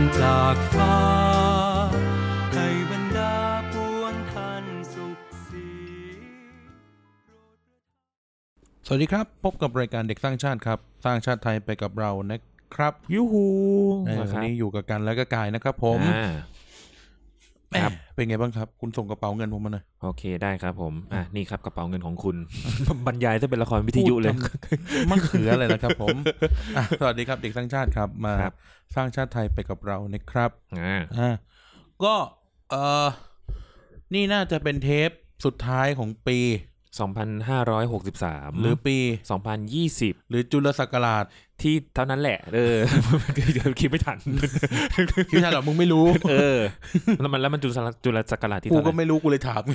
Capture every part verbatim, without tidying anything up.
จากฟ้าให้บรรดาปวงท่านสุขสีสวัสดีครับพบกับรายการเด็กสร้างชาติครับสร้างชาติไทยไปกับเรานะครับยูฮูวันนี้อยู่กับกันและก็กายนะครับผมครับเป็นไงบ้างครับคุณส่งกระเป๋าเงินผมมาหน่อยโอเคได้ครับผมอ่ะนี่ครับกระเป๋าเงินของคุณ บรรยายจะเป็นละครวิทยุเลยมั่งเขืออะไรนะครับผมสวัสดีครับเด็กสร้างชาติครับมาสร้างชาติไทยไปกับเรานะครับอ่าก็เออนี่น่าจะเป็นเทปสุดท้ายของปีสองพันห้าร้อยหกสิบสามหรือปีสองพันยี่สิบหรือจุลศักราชที่เท่านั้นแหละเออคิดไม่ทันคิดไม่ทันหรอมึงไม่รู้เออแล้วมันแล้วมันจุลจุลศักราชที่กูก็ไม่รู้กูเลยถาม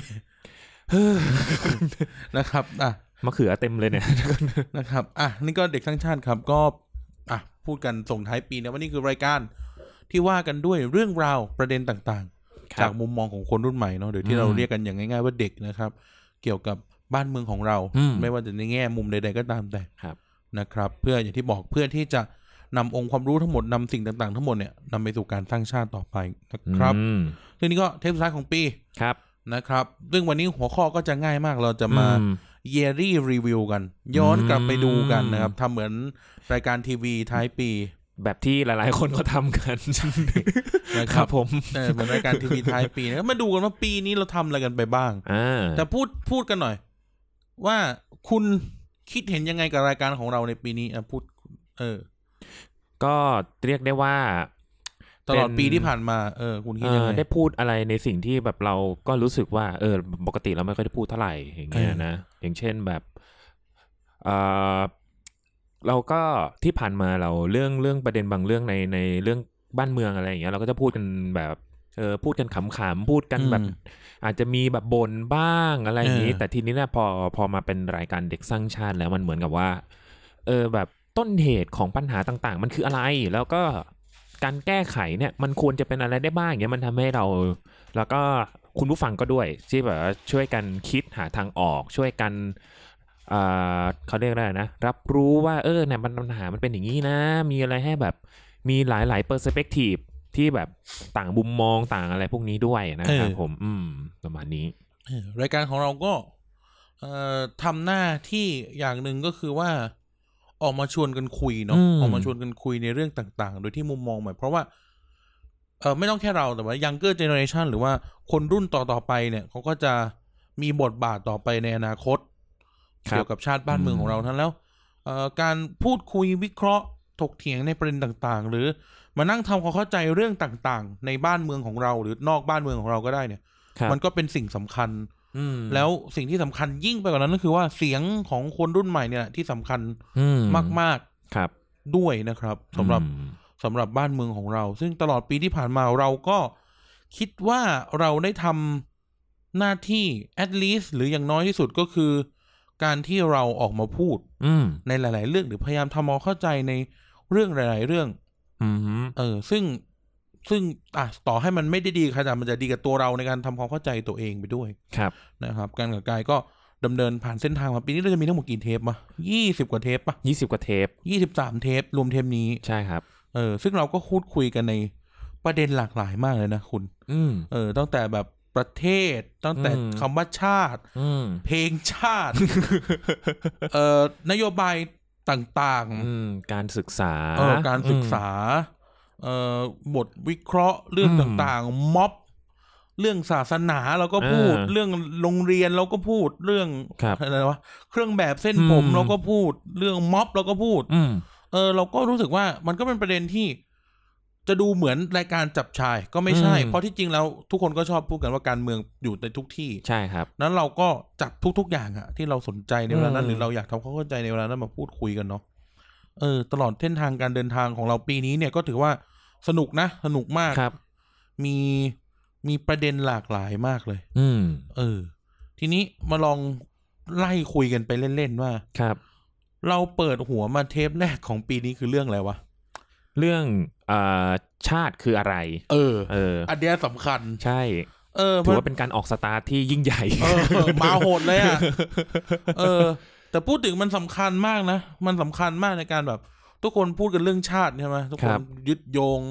นะครับอ่ะมะเขือเต็มเลยเนี่ยนะครับอ่ะนี่ก็เด็กสร้างชาติครับก็อ่ะพูดกันส่งท้ายปีนะว่านี่คือรายการที่ว่ากันด้วยเรื่องราวประเด็นต่างๆจากมุมมองของคนรุ่นใหม่เนาะหรือที่เราเรียกกันอย่างง่ายๆว่าเด็กนะครับเกี่ยวกับบ้านเมืองของเราไม่ว่าจะในแง่มุมใดๆก็ตามแต่นะครับเพื่ออย่างที่บอกเพื่อที่จะนำองค์ความรู้ทั้งหมดนำสิ่งต่างๆทั้งหมดเนี่ยนำไปสู่การสร้างชาติต่อไปนะครับซึ่งนี่ก็เทปสุดท้ายของปีนะครับซึ่งวันนี้หัวข้อก็จะง่ายมากเราจะมา yearly review กันย้อนกลับไปดูกันนะครับทำเหมือนรายการทีวีท้ายปีแบบที่หลายๆคนก็ทำกันนะครับผมเหมือนรายการทีวีท้ายปีนะมาดูกันว่าปีนี้เราทำอะไรกันไปบ้างแต่พูดพูดกันหน่อยว่าคุณคิดเห็นยังไงกับรายการของเราในปีนี้อ่ะพูดเออก็เรียกได้ว่าตลอดปีที่ผ่านมาเออคุณคิดยังไงได้พูดอะไรในสิ่งที่แบบเราก็รู้สึกว่าเออปกติเราไม่ค่อยได้พูดเท่าไหร่อย่างเงี้ยนะอย่างเช่นแบบเออเราก็ที่ผ่านมาเราเรื่องเรื่องประเด็นบางเรื่องในในเรื่องบ้านเมืองอะไรอย่างเงี้ยเราก็จะพูดกันแบบเออพูดกันขำๆพูดกันแบบอาจจะมีแบบบ่นบ้างอะไรอย่างนี้แต่ทีนี้เนี่ยพอพอมาเป็นรายการเด็กสร้างชาติแล้วมันเหมือนกับว่าเออแบบต้นเหตุของปัญหาต่างๆมันคืออะไรแล้วก็การแก้ไขเนี่ยมันควรจะเป็นอะไรได้บ้างอย่างเงี้ยมันทำให้เราแล้วก็คุณผู้ฟังก็ด้วยที่แบบช่วยกันคิดหาทางออกช่วยกันอ่าเขาเรียกอะไรนะรับรู้ว่าเออเนี่ยปัญหามันเป็นอย่างนี้นะมีอะไรให้แบบมีหลายๆ perspective ที่แบบต่างมุมมองต่างอะไรพวกนี้ด้วยนะครับผมอืมประมาณนี้รายการของเราก็เอ่อทำหน้าที่อย่างหนึ่งก็คือว่าออกมาชวนกันคุยเนาะออกมาชวนกันคุยในเรื่องต่างๆโดยที่มุมมองใหม่เพราะว่าเออไม่ต้องแค่เราแต่ว่า younger generation หรือว่าคนรุ่นต่อๆไปเนี่ยเขาก็จะมีบทบาทต่อไปในอนาคตเกี่ยวกับชาติบ้านเมืองของเราทั้งแล้วเอ่อการพูดคุยวิเคราะห์ถกเถียงในประเด็นต่างๆหรือมานั่งทำความเข้าใจเรื่องต่างๆในบ้านเมืองของเราหรือนอกบ้านเมืองของเราก็ได้เนี่ยมันก็เป็นสิ่งสำคัญแล้วสิ่งที่สำคัญยิ่งไปกว่านั้นก็คือว่าเสียงของคนรุ่นใหม่เนี่ยที่สำคัญมากๆครับด้วยนะครับสำหรับสำหรับบ้านเมืองของเราซึ่งตลอดปีที่ผ่านมาเราก็คิดว่าเราได้ทำหน้าที่ at least หรืออย่างน้อยที่สุดก็คือการที่เราออกมาพูดในหลายๆเรื่องหรือพยายามทำความเข้าใจในเรื่องหลายๆเรื่องเออซึ่งซึ่งอ่ะต่อให้มันไม่ได้ดีขนาดมันจะดีกับตัวเราในการทำความเข้าใจตัวเองไปด้วยครับนะครับการกับกายก็ดำเนินผ่านเส้นทางมาปีนี้เราจะมีทั้งหมดกี่เทปมายี่สิบกว่าเทปป่ะยี่สิบกว่าเทปยี่สิบสามเทปรวมเทปนี้ใช่ครับเออซึ่งเราก็พูดคุยกันในประเด็นหลากหลายมากเลยนะคุณเออตั้งแต่แบบประเทศตั้งแต่คำว่าชาติเพลงชาติเอ่อนโยบายต่างๆการศึกษาเออการศึกษาเอ่อบทวิเคราะห์เรื่องต่างๆม็อบเรื่องศาสนาเราก็พูดเรื่องโรงเรียนเราก็พูดเรื่องอะไรวะเครื่องแบบเส้นผมเราก็พูดเรื่องม็อบเราก็พูดเออเราก็รู้สึกว่ามันก็เป็นประเด็นที่จะดูเหมือนรายการจับชายก็ไม่ใช่เพราะที่จริงแล้วทุกคนก็ชอบพูดกันว่าการเมืองอยู่ในทุกที่ใช่ครับนั้นเราก็จับทุกๆอย่างอะที่เราสนใจในเวลานั้นหรือเราอยากทำความเข้าใจในเวลานั้นมาพูดคุยกันเนาะเออตลอดเส้นทางการเดินทางของเราปีนี้เนี่ยก็ถือว่าสนุกนะสนุกมากครับมีมีประเด็นหลากหลายมากเลยอืมเออทีนี้มาลองไล่คุยกันไปเล่นๆว่าครับเราเปิดหัวมาเทปแรกของปีนี้คือเรื่องอะไรวะเรื่องอ่าชาติคืออะไรเออเอออันเนี้ยสำคัญใช่เออถือว่าเป็นการออกสตาร์ทที่ยิ่งใหญ่เออมาโหดเลยอ่ะเออแต่พูดถึงมันสำคัญมากนะมันสำคัญมากในการแบบทุกคนพูดกันเรื่องชาติใช่ไหมทุกคนยึดโยง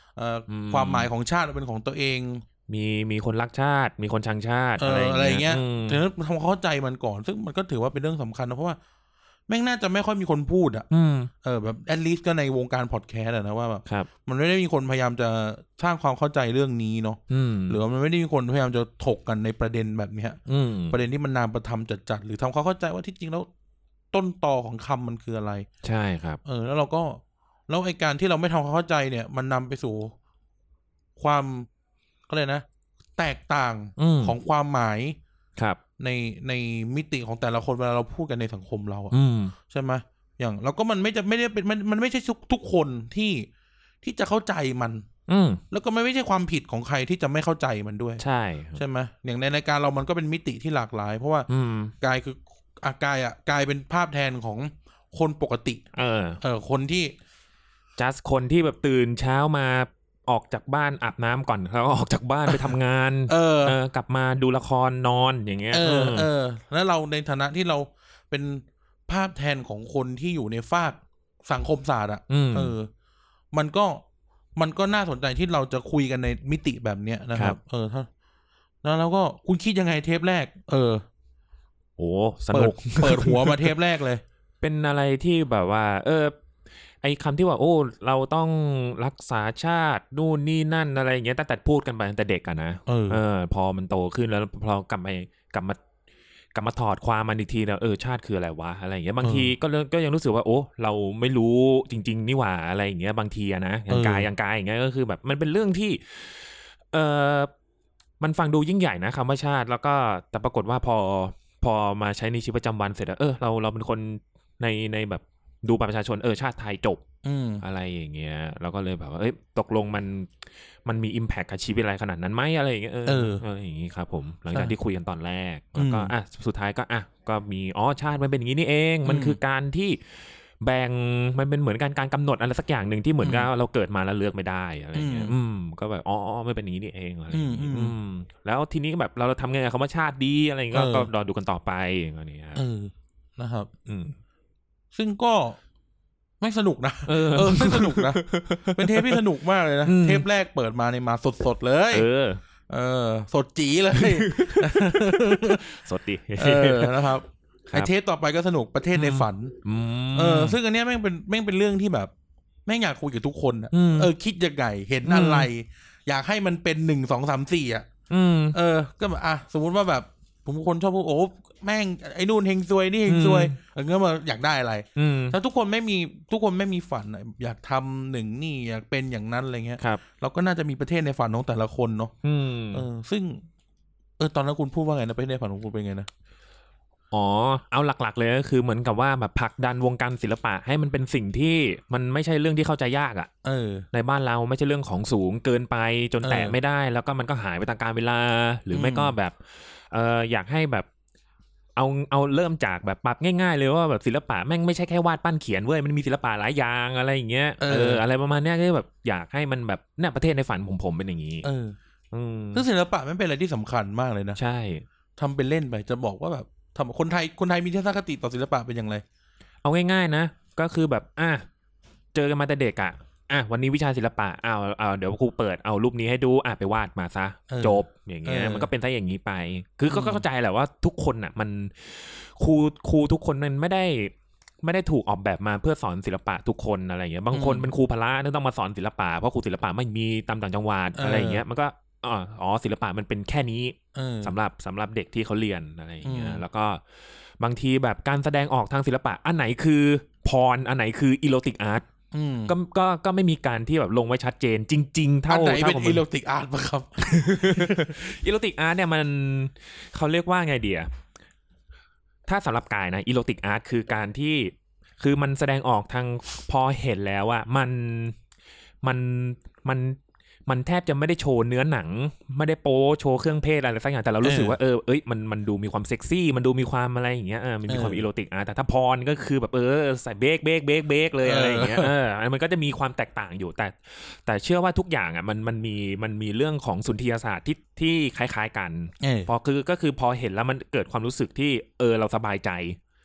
เอ่อความหมายของชาติเป็นของตัวเองมีมีคนรักชาติมีคนชังชาติเอออะไรเงี้ยถึงนั้นทำความเข้าใจมันก่อนซึ่งมันก็ถือว่าเป็นเรื่องสำคัญนะเพราะว่าแม่งน่าจะไม่ค่อยมีคนพูดอ่ะเออแบบแอดลิสต์ก็ในวงการพอดแคสต์อะนะว่าแบบมันไม่ได้มีคนพยายามจะสร้างความเข้าใจเรื่องนี้เนาะหรือว่ามันไม่ได้มีคนพยายามจะถกกันในประเด็นแบบนี้ประเด็นที่มันนามประทำจัดๆหรือทำความเข้าใจว่าที่จริงแล้วต้นตอของคำมันคืออะไรใช่ครับเออแล้วเราก็แล้วไอ้การที่เราไม่ทำความเข้าใจเนี่ยมันนำไปสู่ความก็เลยนะแตกต่างของความหมายครับในในมิติของแต่ละคนเวลาเราพูดกันในสังคมเราอ่ะใช่ไหมอย่างเราก็มันไม่จะไม่ได้เป็นมันมันไม่ใช่ทุกทุกคนที่ที่จะเข้าใจมันแล้วก็ไม่ไม่ใช่ความผิดของใครที่จะไม่เข้าใจมันด้วยใช่ใช่ไหมอย่างในรายการเรามันก็เป็นมิติที่หลากหลายเพราะว่ากายคืออากายอ่ะกายเป็นภาพแทนของคนปกติเออเออคนที่ just คนที่แบบตื่นเช้ามาออกจากบ้านอาบน้ำก่อนแล้วก็ออกจากบ้านไปทำงานเออเออกลับมาดูละครนอนอย่างเงี้ยเออเออแล้วเราในฐานะที่เราเป็นภาพแทนของคนที่อยู่ในฝากสังคมศาสตร์อ่ะเออมันก็มันก็น่าสนใจที่เราจะคุยกันในมิติแบบเนี้ยนะครับเออถ้าแล้วเราก็คุณคิดยังไงเทปแรกเออโอ้สนุกเปิดหัวมาเทปแรกเลยเป็นอะไรที่แบบว่าเออไอ้คำที่ว่าโอ้เราต้องรักษาชาตินู่นนี่นั่นอะไรอย่างเงี้ยตั้งแต่พูดกันไปตั้งแต่เด็กอะนะเออเออพอมันโตขึ้นแล้วพอกลับไปกลับมากลับมาถอดความมันอีกทีแล้วเออชาติคืออะไรวะอะไรอย่างเงี้ยบางทีก็ก็ยังรู้สึกว่าโอ้เราไม่รู้จริงๆนี่หว่าอะไรอย่างเงี้ยบางทีอะนะอย่างกายอย่างกายอย่างเงี้ยก็คือแบบมันเป็นเรื่องที่เออมันฟังดูยิ่งใหญ่นะคำว่าชาติแล้วก็แต่ปรากฏว่าพอพอมาใช้ในชีวิตประจำวันเสร็จแล้วเออเราเราเป็นคนในในแบบดูบัตรประชาชนเออชาติไทยจบอะไรอย่างเงี้ยเราก็เลยแบบว่าเอ้ยตกลงมันมันมี impact กับชีวิตอะไรขนาดนั้นไหมอะไรอย่างเงี้ยเอออะไรอย่างงี้ครับผมหลังจากที่คุยกันตอนแรกแล้วก็อ่ะสุดท้ายก็อ่ะก็มีอ๋อชาติมันเป็นอย่างนี้นี่เองมันคือการที่แบ่งมันเป็นเหมือนการการกำหนดอะไรสักอย่างหนึ่งที่เหมือนกับเราเกิดมาแล้วเลือกไม่ได้อะไรอย่างเงี้ยอืมก็แบบอ๋อไม่เป็นอย่างนี้นี่เองอะไรอย่างงี้อืมแล้วทีนี้แบบเราทำไงกับคำว่าชาติดีอะไรอย่างเงี้ยก็รอดูกันต่อไปอย่างเงี้ยเออนะครับอืมซึ่งก็ไม่สนุกนะเออไม่สนุกนะเป็นเทปที่สนุกมากเลยนะเทปแรกเปิดมาในมาสดๆเลยเออเออสดจี๋เลยสดดิเออนะครับไอเทปต่อไปก็สนุกประเทศในฝันเออซึ่งอันเนี้ยแม่งเป็นแม่งเป็นเรื่องที่แบบแม่งอยากคุยกับทุกคนอ่ะเออคิดยังไงเห็นอะไรอยากให้มันเป็นหนึ่งสองสามสี่อ่ะเออก็แบบอ่ะสมมุติว่าแบบผมคนชอบพูดโอ้แม่งไอ้นู่นเฮงซวยนี่เฮงซวยเออก็มาอยากได้อะไรถ้าทุกคนไม่มีทุกคนไม่มีฝันอยากทำหนึ่งนี่อยากเป็นอย่างนั้นอะไรเงี้ยเราก็น่าจะมีประเทศในฝันของแต่ละคนเนาะเออซึ่งเออตอนนั้นคุณพูดว่าไงนะประเทศในฝันของคุณเป็นไงนะอ๋อเอาหลักๆเลยก็คือเหมือนกับว่าแบบผลักดันวงการศิลปะให้มันเป็นสิ่งที่มันไม่ใช่เรื่องที่เข้าใจยากอ่ะเออในบ้านเราไม่ใช่เรื่องของสูงเกินไปจนแตะไม่ได้แล้วก็มันก็หายไปตามกาลเวลาหรือไม่ก็แบบเอออยากให้แบบเอาเอาเริ่มจากแบบปรับง่ายๆเลยว่าแบบศิลปะแม่งไม่ใช่แค่วาดปั้นเขียนเว้ยมันมีศิลปะหลายอย่างอะไรอย่างเงี้ยเอออะไรประมาณเนี้ยก็แบบอยากให้มันแบบเนี่ยประเทศในฝันผมผมเป็นอย่างนี้เออซึ่งศิลปะมันเป็นอะไรที่สำคัญมากเลยนะใช่ทำเป็นเล่นไปจะบอกว่าแบบทำคนไทยคนไทยมีทัศนคติต่อศิลปะเป็นอย่างไรเอาง่ายๆนะก็คือแบบอ่ะเจอกันมาแต่เด็กอ่ะอ่ะวันนี้วิชาศิลปะอ้าวเอาเดี๋ยวครูเปิดเอารูปนี้ให้ดูอ่ะไปวาดมาซะจบอย่างเงี้ยมันก็เป็นซะอย่างนี้ไปคือก็เข้าใจแหละว่าทุกคนอ่ะมันครูครูทุกคนมันไม่ได้ไม่ได้ถูกออกแบบมาเพื่อสอนศิลปะทุกคนอะไรอย่างเงี้ยบางคนเป็นครูพละต้องมาสอนศิลปะเพราะครูศิลปะไม่มีตามต่างจังหวัดอะไรอย่างเงี้ยมันก็อ๋อศิลปะมันเป็นแค่นี้สำหรับสำหรับเด็กที่เขาเรียนอะไรอย่างเงี้ยแล้วก็บางทีแบบการแสดงออกทางศิลปะอันไหนคือพรอันไหนคืออีโรติกอาร์ตก็ก็ก็ไม่มีการที่แบบลงไว้ชัดเจนจริงๆเท่าอันไหนเป็นอีโรติกอาร์ตป่ะครับอีโรติกอาร์ตเนี่ยมันเขาเรียกว่าไงเดียถ้าสำหรับกายนะอีโรติกอาร์ตคือการที่คือมันแสดงออกทางพอเห็นแล้วอะมันมันมันมันแทบจะไม่ได้โชว์เนื้อหนังไม่ได้โป๊โชว์เครื่องเพศอะไรสักอย่างแต่เรารู้สึกว่าเออเอ้ยมันมันดูมีความเซ็กซี่มันดูมีความอะไรอย่างเงี้ยเออมันมีความอีโรติกอ่ะแต่ถ้าพรก็คือแบบเออใส่เบรกเบรกเบรกเบรกเลยอะไรอย่างเงี้ยเออมันก็จะมีความแตกต่างอยู่แต่แต่เชื่อว่าทุกอย่างอ่ะมันมันมีมันมีเรื่องของสุนทรียศาสตร์ที่ที่คล้ายๆกันพอคือก็คือพอเห็นแล้วมันเกิดความรู้สึกที่เออเราสบายใจ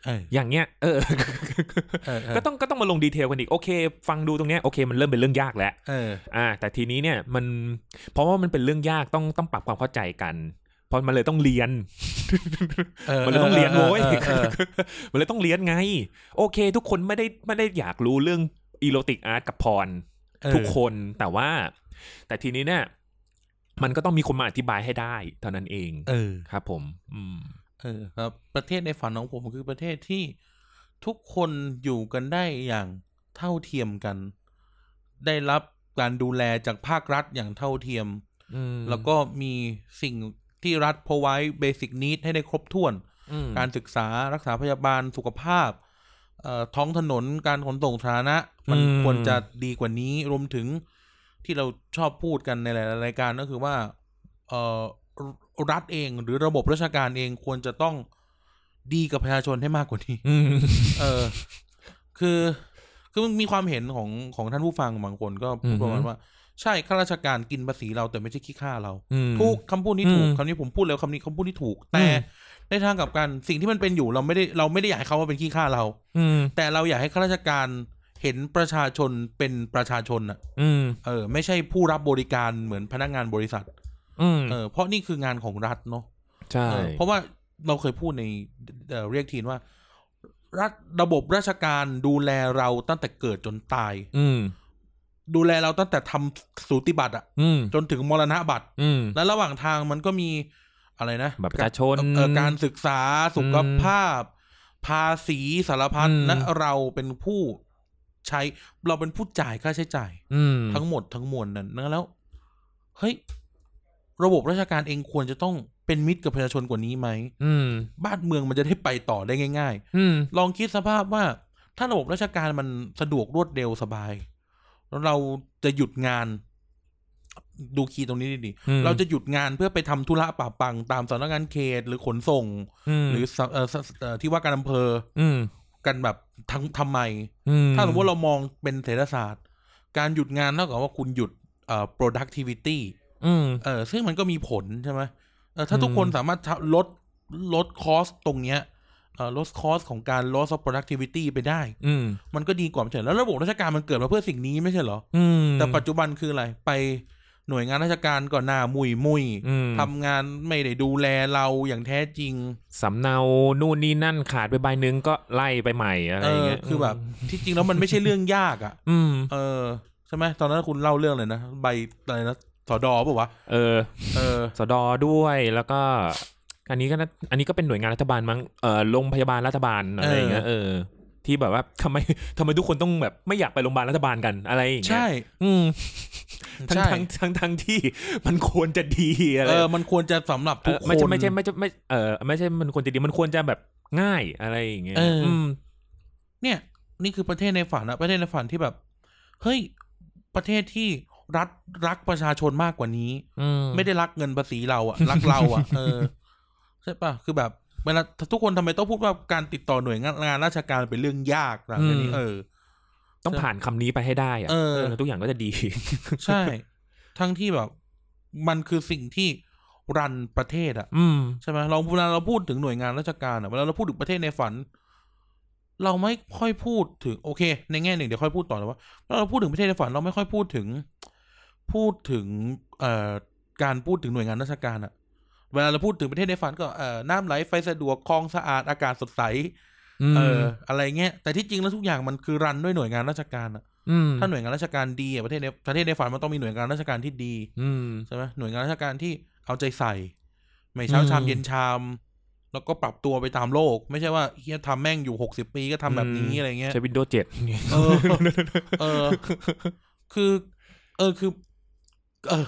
อย่างเงี้ยเออก็ต้องก็ต้องมาลงดีเทลกันอีกโอเคฟังดูตรงเนี้ยโอเคมันเริ่มเป็นเรื่องยากแล้วอ่าแต่ทีนี้เนี่ยมันเพราะว่ามันเป็นเรื่องยากต้องต้องปรับความเข้าใจกันเพราะมันเลยต้องเรียนมันเลยต้องเรียนโว้ยมันเลยต้องเรียนไงโอเคทุกคนไม่ได้ไม่ได้อยากรู้เรื่องอีโรติกอาร์ตกับพรทุกคนแต่ว่าแต่ทีนี้เนี่ยมันก็ต้องมีคนมาอธิบายให้ได้เท่านั้นเองเออครับผมอืมเออครับประเทศในฝันของผมคือประเทศที่ทุกคนอยู่กันได้อย่างเท่าเทียมกันได้รับการดูแลจากภาครัฐอย่างเท่าเทียมแล้วก็มีสิ่งที่รัฐพอไว้เบสิกนีดให้ได้ครบถ้วนการศึกษารักษาพยาบาลสุขภาพท้องถนนการขนส่งสาธารณะมันควรจะดีกว่านี้รวมถึงที่เราชอบพูดกันในหลายรายการก็คือว่าเอ่อรัฐเองหรือระบบราชการเองควรจะต้องดีกับประชาชนให้มากกว่านี้เออคือคือมันมีความเห็นของของท่านผู้ฟังบางคนก็พูดประมาณว่าใช่ข้าราชการกินภาษีเราแต่ไม่ใช่ขี้ข้าเราถูกคำพูดนี้ถูกคำนี้ผมพูดแล้วคำนี้คำพูดนี้ถูกแต่ในทางกลับกันสิ่งที่มันเป็นอยู่เราไม่ได้เราไม่ได้อยากให้เขาว่าเป็นขี้ข้าเราแต่เราอยากให้ข้าราชการเห็นประชาชนเป็นประชาชนอ่ะเออไม่ใช่ผู้รับบริการเหมือนพนักงานบริษัทเออเพราะนี่คืองานของรัฐเนาะใช่เพราะว่าเราเคยพูดในเอ่อเรียกทีนว่ารัฐระบบราชการดูแลเราตั้งแต่เกิดจนตายดูแลเราตั้งแต่ทำสูติบัตรอ่ะจนถึงมรณะบัตรและระหว่างทางมันก็มีอะไรนะบัตรประชาชนการศึกษาสุขภาพภาษีสารพัดและเราเป็นผู้ใช้เราเป็นผู้จ่ายค่าใช้จ่ายทั้งหมดทั้งมวลนั้นแล้วเฮ้ยระบบราชการเองควรจะต้องเป็นมิตรกับประชาชนกว่านี้ไหมบ้านเมืองมันจะได้ไปต่อได้ง่ายๆลองคิดสภาพว่าถ้าระบบราชการมันสะดวกรวดเร็วสบายแล้วเราจะหยุดงานดูคีย์ตรงนี้ดีๆเราจะหยุดงานเพื่อไปทำธุระป่าปังตามสำนักงานเขตหรือขนส่งหรือที่ว่าการอำเภอกันแบบทั้งทำไมถ้าสมมติว่าเรามองเป็นเศรษฐศาสตร์การหยุดงานเท่ากับว่าคุณหยุดเอ่อ productivity เออซึ่งมันก็มีผลใช่ไหมเออถ้าทุกคนสามารถลดลดคอสตรงเนี้ยเอ่อลดคอสของการ loss of productivity ไปได้มันก็ดีกว่าไม่ใช่แล้วระบบราชการมันเกิดมาเพื่อสิ่งนี้ไม่ใช่เหรอแต่ปัจจุบันคืออะไรไปหน่วยงานราชการก่อนหน้ามุยมุยทำงานไม่ได้ดูแลเราอย่างแท้จริงสำเนานู่นนี่นั่นขาดไปใบหนึ่งก็ไล่ไปใหม่อะไรอย่างเงี้ยคือแบบที่จริงแล้วมันไม่ใช่เรื่องยากอ่ะเออใช่ไหมตอนนั้นคุณเล่าเรื่องเลยนะใบอะไรนะสดป่ะวะเออเออสดด้วยแล้วก็อันนี้ก็อันนี้ก็เป็นหน่วยงานรัฐบาลมั้งเออโรงพยาบาลรัฐบาลอะไรอย่างเงี้ยเออที่แบบว่าทำไมทำไมทุกคนต้องแบบไม่อยากไปโรงพยาบาลรัฐบาลกันอะไรอย่างเงี้ยใช่อืมทั้งทั้งทั้งทั้งที่มันควรจะดีอะไรเออมันควรจะสำหรับทุกคนไม่ใช่ไม่ใช่ไม่ใช่ไม่เออไม่ใช่มันควรจะดีมันควรจะแบบง่ายอะไรอย่างเงี้ยอืมเนี่ยนี่คือประเทศในฝันนะประเทศในฝันที่แบบเฮ้ยประเทศที่รัฐรักประชาชนมากกว่านี้ไม่ได้รักเงินภาษีเราอ่ะรักเราอ่ะเออใช่ป่ะคือแบบเวลาทุกคนทำไมต้องพูดว่าการติดต่อหน่วยงานงานราชการเป็นเรื่องยากอะไรอย่างนี้เออต้องผ่านคำนี้ไปให้ได้อ่ะทุกอย่างก็จะดีใช่ทั้งที่แบบมันคือสิ่งที่รันประเทศอ่ะใช่ไหมเราเวลาเราพูดถึงหน่วยงานราชการอ่ะเวลาเราพูดถึงประเทศในฝันเราไม่ค่อยพูดถึงโอเคในแง่หนึ่งเดี๋ยวค่อยพูดต่อเลยว่าเราพูดถึงประเทศในฝันเราไม่ค่อยพูดถึงพูดถึงเอ่อการพูดถึงหน่วยงานราชการอ่ะเวลาเราพูดถึงประเทศในฝันก็เอ่อน้ำไหลไฟสะดวกคลองสะอาดอากาศสดใสเอออะไรเงี้ยแต่ที่จริงแล้วทุกอย่างมันคือรันด้วยหน่วยงานราชการอ่ะถ้าหน่วยงานราชการดีอ่ะประเทศในประเทศในฝันมันต้องมีหน่วยงานราชการที่ดีใช่ไหมหน่วยงานราชการที่เอาใจใส่ไม่เช้าชามเย็นชามแล้วก็ปรับตัวไปตามโลกไม่ใช่ว่าเฮียทำแม่งอยู่หกสิบปีก็ทำแบบนี้อะไรเงี้ยใช้ Windows เจ็ดเออเออคือเออคือเออ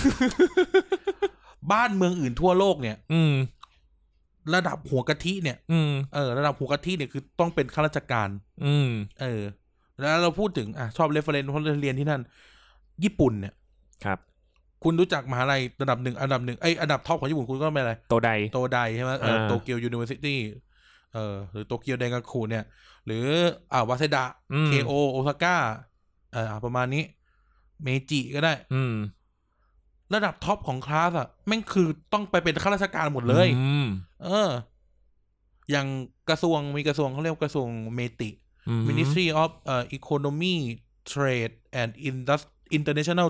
บ้านเมืองอื่นทั่วโลกเนี่ยระดับหัวกะทิเนี่ยเออระดับหัวกะทิเนี่ยคือต้องเป็นข้าราชการเออแล้วเราพูดถึงอ่ะชอบเรฟเฟอเรนซ์เพราะเรียนที่นั่นญี่ปุ่นเนี่ยครับคุณรู้จักมหาลัยระดับหนึ่งอันดับหนึ่งไออันดับท็อปของญี่ปุ่นคุณก็ไม่อะไรโตไดโตไดใช่ไหมเออโตเกียวยูนิเวอร์ซิตี้เออหรือโตเกียวไดงาคุเนี่ยหรืออ่าวาเซดะเคโอโอซาก้าเออประมาณนี้เมจิก็ได้อืมระดับท็อปของคลาสอ่ะแม่งคือต้องไปเป็นข้าราชการหมดเลยเอออย่างกระทรวงมีกระทรวงเขาเรียกกระทรวงเมติ Ministry of เอ่อ Economy Trade and International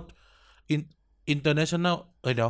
International เอ้ยเดี๋ยว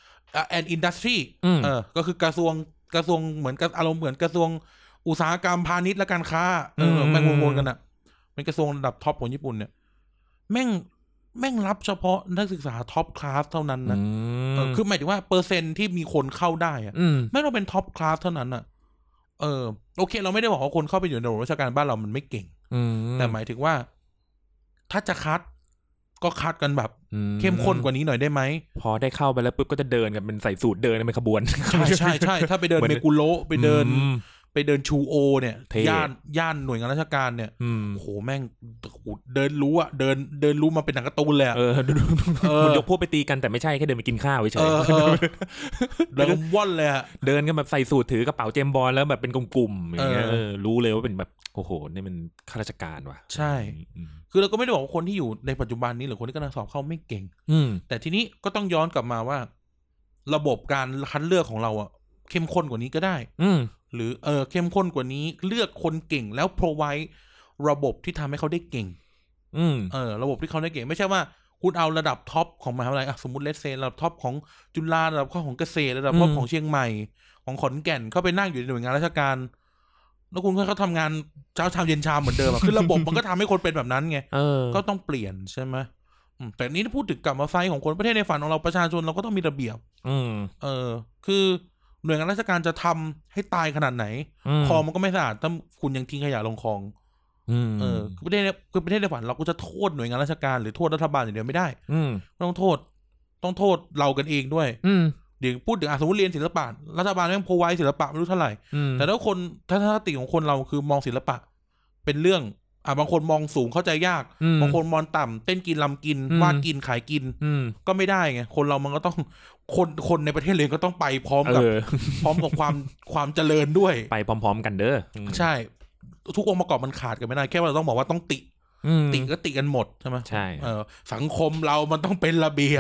and Industry เออก็คือกระทรวงกระทรวงเหมือนกับอารมณ์เหมือนกระทรวงอุตสาหกรรมพาณิชย์และการค้าเออแม่งวนๆกันอ่ะเป็นกระทรวงระดับท็อปของญี่ปุ่นเนี่ยแม่งแม่งรับเฉพาะนักศึกษาท็อปคลาสเท่านั้นนะคือหมายถึงว่าเปอร์เซ็นต์ที่มีคนเข้าได้อ่ะไม่ต้องเป็นท็อปคลาสเท่านั้นอ่ะเออโอเคเราไม่ได้บอกว่าคนเข้าไปอยู่ในระบบราชการบ้านเรามันไม่เก่งแต่หมายถึงว่าถ้าจะคัดก็คัดกันแบบเข้มข้นกว่านี้หน่อยได้ไหมพอได้เข้าไปแล้วปุ๊บก็จะเดินกันเป็นใส่สูตรเดินเป็นขบวนใช่ใช่ใช่ถ้าไปเดินเมกุโระไปเดินไปเดินชูโอเนี่ยย่านย่านหน่วยงานราชการเนี่ยโหแม่งเดินรู้อะเดินเดินรู้มาเป็นหนังการ์ตูนเลยเออมันยกพวกไปตีกันแต่ไม่ใช่แค่เดินไปกินข้าวเฉยเดินว่อนเลยอะเดินกันแบบใส่สูทถือกระเป๋าเจมบอลแล้วแบบเป็นกลุ่มๆอย่างเงี้ยรู้เลยว่าเป็นแบบโอ้โหนี่มันข้าราชการว่ะใช่คือเราก็ไม่ได้บอกว่าคนที่อยู่ในปัจจุบันนี้หรือคนที่กำลังสอบเข้าไม่เก่งแต่ทีนี้ก็ต้องย้อนกลับมาว่าระบบการคัดเลือกของเราอะเข้มข้นกว่านี้ก็ได้หรือเออเข้มข้นกว่านี้เลือกคนเก่งแล้ว provide ระบบที่ทำให้เขาได้เก่งเออระบบที่เขาได้เก่งไม่ใช่ว่าคุณเอาระดับท็อปของมหาวิทยาลัยสมมุติเลสเซนระดับท็อปของจุฬาระดับของเกษตรระดับท็อปของเชียงใหม่ของขอนแก่นเข้าไปนั่งอยู่ในหน่วยงานราชการแล้วคุณก็เขาทำงานเช้าชามเย็นชามเหมือนเดิมคือระบบมันก็ทำให้คนเป็นแบบนั้นไงก็ต้องเปลี่ยนใช่ไหมแต่นี้ถ้าพูดถึงกลับมาไฟของคนประเทศในฝันของเราประชาชนเราก็ต้องมีระเบียบเออคือหน่วยงานราชการจะทำให้ตายขนาดไหนคลองมันก็ไม่สะอาดถ้าคุณยังทิ้งขยะลงคลองเออคือประเทศคือประเทศในฝันเราก็จะโทษหน่วยงานราชการหรือโทษรัฐบาลอย่างเดียวไม่ได้ต้องโทษต้องโทษเรากันเองด้วยเดี๋ยวพูดถึงสมมติเรียนศิลปะรัฐบาลแม่งโพไว้ศิลปะไม่รู้เท่าไหร่แต่ถ้าคนถ้าคติของคนเราคือมองศิลปะเป็นเรื่องอ่ะบางคนมองสูงเข้าใจยากบางคนมองต่ำเต้นกินลำกินวาดกินขายกินก็ไม่ได้ไงคนเรามันก็ต้องคนคนในประเทศเลยก็ต้องไปพร้อมกับพร้อมกับความความเจริญด้วยไปพร้อมๆกันเด้อใช่ทุกองค์ประกอบมันขาดกันไม่ได้แค่ว่าเราต้องบอกว่าต้องติติก็ติกันหมดใช่ไหมใช่สังคมเรามันต้องเป็นระเบียบ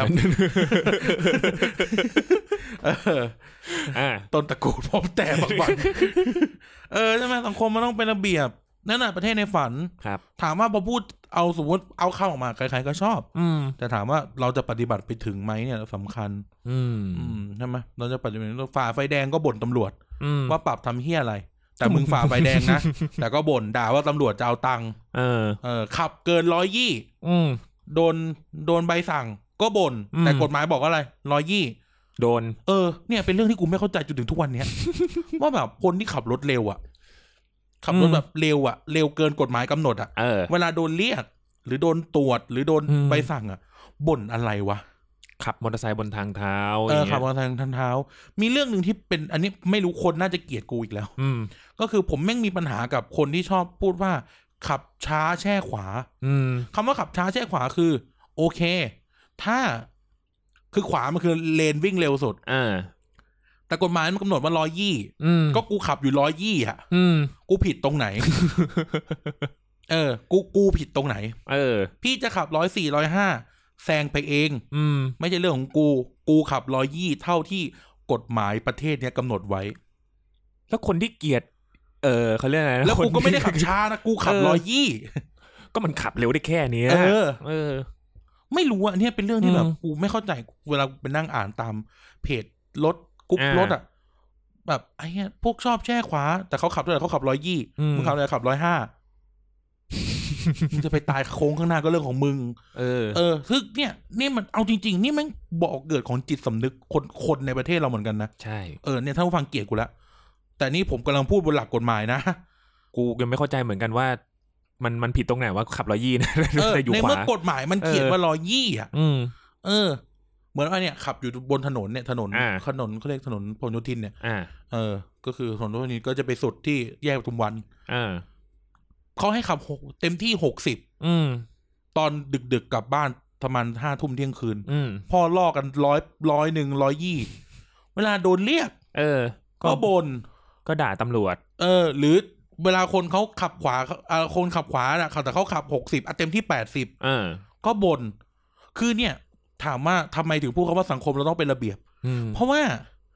ต้นตระกูลพบแต่บางวันเออใช่ไหมสังคมมันต้องเป็นระเบียบนั่นน่ะประเทศในฝันถามว่าพอพูดเอาสมมติเอาเข้าออกมาใครๆก็ชอบแต่ถามว่าเราจะปฏิบัติไปถึงไหมเนี่ยสำคัญใช่ไหมเราจะปฏิบัติฝ่าไฟแดงก็บ่นตำรวจว่าปรับทำเหี้ยอะไรแต่มึงฝ่าไฟแดงนะแต่ก็บ่นด่าว่าตำรวจจะเอาตังค์เออเออขับเกินร้อยยี่โดนโดนใบสั่งก็บ่นแต่กฎหมายบอกว่าอะไรร้อยยี่โดนเออเนี่ยเป็นเรื่องที่กูไม่เข้าใจจนถึงทุกวันเนี้ยว่าแบบคนที่ขับรถเร็วอ่ะขับรถแบบเร็วอ่ะเร็วเกินกฎหมายกำหนดอ่ะเออเวลาโดนเรียกหรือโดนตรวจหรือโดนใบสั่งอ่ะบ่นอะไรวะขับมอเตอร์ไซค์บนทางเท้าเออขับมอเตอร์ไซค์บนทางเท้ามีเรื่องนึงที่เป็นอันนี้ไม่รู้คนน่าจะเกลียดกูอีกแล้วอืมก็คือผมแม่งมีปัญหากับคนที่ชอบพูดว่าขับช้าแช่ขวาอืมคำว่าขับช้าแช่ขวาคือโอเคถ้าคือขวามันคือเลนวิ่งเร็วสุดอ่าแต่กฎหมายมันกำหนดว่าร้อยยี่ก็กูขับอยู่ร้อยยี่อ่ะกูผิดตรงไหน เออกูกูผิดตรงไหนเออพี่จะขับร้อยสี่ร้อยห้าแซงไปเองอืมไม่ใช่เรื่องของกูกูขับร้อยยี่เท่าที่กฎหมายประเทศเนี้ยกำหนดไว้แล้วคนที่เกลียดเออเขาเรียกอะไรแล้วกูก็ไม่ได้ขับช้านะกูขับร้อยยี่ก็มันขับเร็วได้แค่นี้เออเออไม่รู้อ่ะเนี่ยเป็นเรื่องที่แบบกูไม่เข้าใจเวลาไปนั่งอ่านตามเพจรถกรุ๊ปรถอ่ะแบบไอ้เนี้ยพวกชอบแช่ขวาแต่เขาขับเท่าไหร่เขาขับร้อยยี่มึงขับอะไรขับร้อยห้ามึงจะไปตายโค้งข้างหน้าก็เรื่องของมึงเออเออคือเนี่ยนี่มันเอาจริงๆนี่แม่งบอกเกิดของจิตสำนึกคนคนในประเทศเราเหมือนกันนะใช่เออเนี่ยถ้าผู้ฟังเกลียดกูแล้วแต่นี่ผมกำลังพูดบนหลักกฎหมายนะกูยังไม่เข้าใจเหมือนกันว่ามันมันผิดตรงไหนว่าขับร้อยยี่นะในเมื่อกฎหมายมันเขียนว่าร้อยยี่อ่ะเออเหมือนว่าเนี่ยขับอยู่บนถนนเนี่ยถนนถนนเขาเรียกถนนพหลโยธินเนี่ยเออก็คือถนนพหลโยธินก็จะไปสุดที่แยกปทุมวันเขาให้ขับหกเต็มที่หกสิบตอนดึกๆกลับบ้านประมาณห้าทุ่มเที่ยงคืนพ่อล่อกันร้อยร้อยหนึ่งร้อยยี่เวลาโดนเรียกเออก็บ่นก็ด่าตำรวจเออหรือเวลาคนเขาขับขวาคนขับขวาน่ะแต่เขาขับหกสิบเต็มที่แปดสิบก็บ่นคือเนี่ยถามว่าทำไมถึงพูดคำว่าสังคมเราต้องเป็นระเบียบเพราะว่า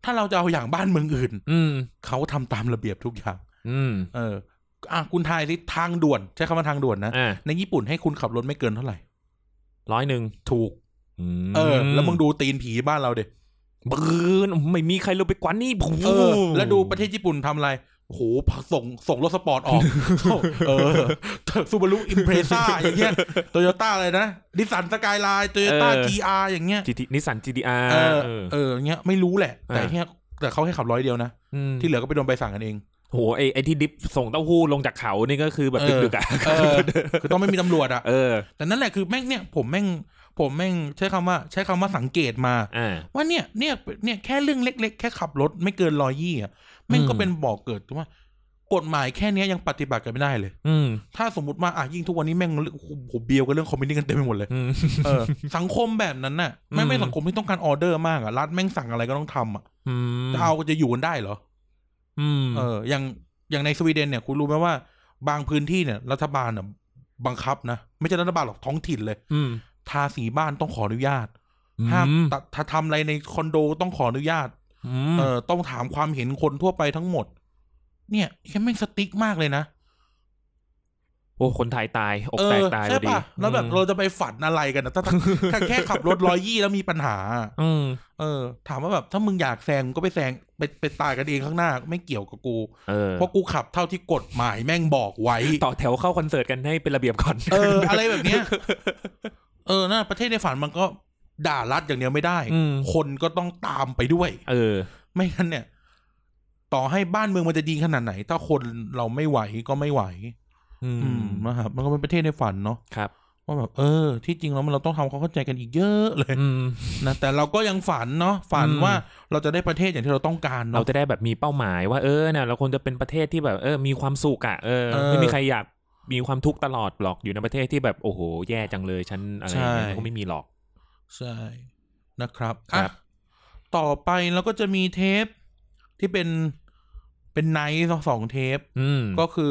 ถ้าเราจะเอาอย่างบ้านเมืองอื่นอืมเขาทำตามระเบียบทุกอย่างอืมเอออ่ะคุณทายสิทางด่วนใช้คำว่าทางด่วนนะในญี่ปุ่นให้คุณขับรถไม่เกินเท่าไหร่ร้อยหนึ่งถูกเออแล้วมึงดูตีนผีบ้านเราเด็กบืนไม่มีใครลงไปกว่านี่เออแล้วดูประเทศญี่ปุ่นทำอะไรโอ้โหส่งส่งรถสปอร์ตออกเออซูบารุอิมเพรซ่าอย่างเงี้ยโตโยต้าอะไรนะนิสสันสกายไลน์โตโยต้า จี อาร์ อย่างเงี้ยนิสสัน จี ดี อาร์เออเออเงี้ยไม่รู้แหละแต่แค่แต่เขาให้ขับร้อยเดียวนะที่เหลือก็ไปโดนใบสั่งกันเองโหไอไอที่ดิฟส่งเต้าหู้ลงจากเขานี่ก็คือแบบดึกๆอ่ะคือต้องไม่มีตำรวจอ่ะแต่นั่นแหละคือแม่งเนี่ยผมแม่งผมแม่งใช้คำว่าใช้คำว่าสังเกตมาว่าเนี่ยเนี่ยเนี่ยแค่เรื่องเล็กๆแค่ขับรถไม่เกินร้อยยี่อ่ะแม่งก็เป็นบอกเกิดว่ากฎหมายแค่นี้ยังปฏิบัติกันไม่ได้เลยถ้าสมมติว่าอ่ะยิ่งทุกวันนี้แม่งผมเบียวกันเรื่องคอมมิวนิสต์กันเต็มไปหมดเลยเออสังคมแบบนั้นน่ะไม่ไม่สังคมที่ต้องการออเดอร์มากอ่ะรัฐแม่งสั่งอะไรก็ต้องทำอ่ะจะเอาจะอยู่กันได้เหรอเอออย่างอย่างในสวีเดนเนี่ยคุณรู้ไหมว่าบางพื้นที่เนี่ยรัฐบาลเนี่ยบังคับนะไม่ใช่รัฐบาลหรอกท้องถิ่นเลยทาสีบ้านต้องขออนุญาตห้ามถ้าทำอะไรในคอนโดต้องขออนุญาตเออต้องถามความเห็นคนทั่วไปทั้งหมดเนี่ยแค่แม่งสติ๊กมากเลยนะโอ้คนไทยตายอกแตกตายใช่ป่ะแล้วแบบเราจะไปฝันอะไรกันนะถ้าถ้าแค่ขับรถร้อยยี่แล้วมีปัญหาเออถามว่าแบบถ้ามึงอยากแซงก็ไปแซงไปไปตายกันเองข้างหน้าไม่เกี่ยวกับกูเพราะกูขับเท่าที่กฎหมายแม่งบอกไว้ต่อแถวเข้าคอนเสิร์ตกันให้เป็นระเบียบก่อนเอออะไรแบบเนี้ยเออน่าประเทศในฝันมันก็ด่ารัฐอย่างเดียวไม่ได้คนก็ต้องตามไปด้วยเออไม่งั้นเนี่ยต่อให้บ้านเมืองมันจะดีขนาดไหนถ้าคนเราไม่ไหวก็ไม่ไหวอืมนะครับมันก็เป็นประเทศในฝันเนาะครับว่าแบบเออที่จริงแล้วเราต้องทำความเข้าใจกันอีกเยอะเลยนะแต่เราก็ยังฝันเนาะฝันว่าเราจะได้ประเทศอย่างที่เราต้องการเนาะเราจะได้แบบมีเป้าหมายว่าเออเนี่ยเราควรจะเป็นประเทศที่แบบเออมีความสุขอ่ะเออไม่มีใครอยากมีความทุกข์ตลอดหรอกอยู่ในประเทศที่แบบโอ้โหแย่จังเลยฉันอะไรอย่างเงี้ยก็ไม่มีหรอกใช่นะครับครับต่อไปเราก็จะมีเทปที่เป็นเป็นไนท์สองเทปก็คือ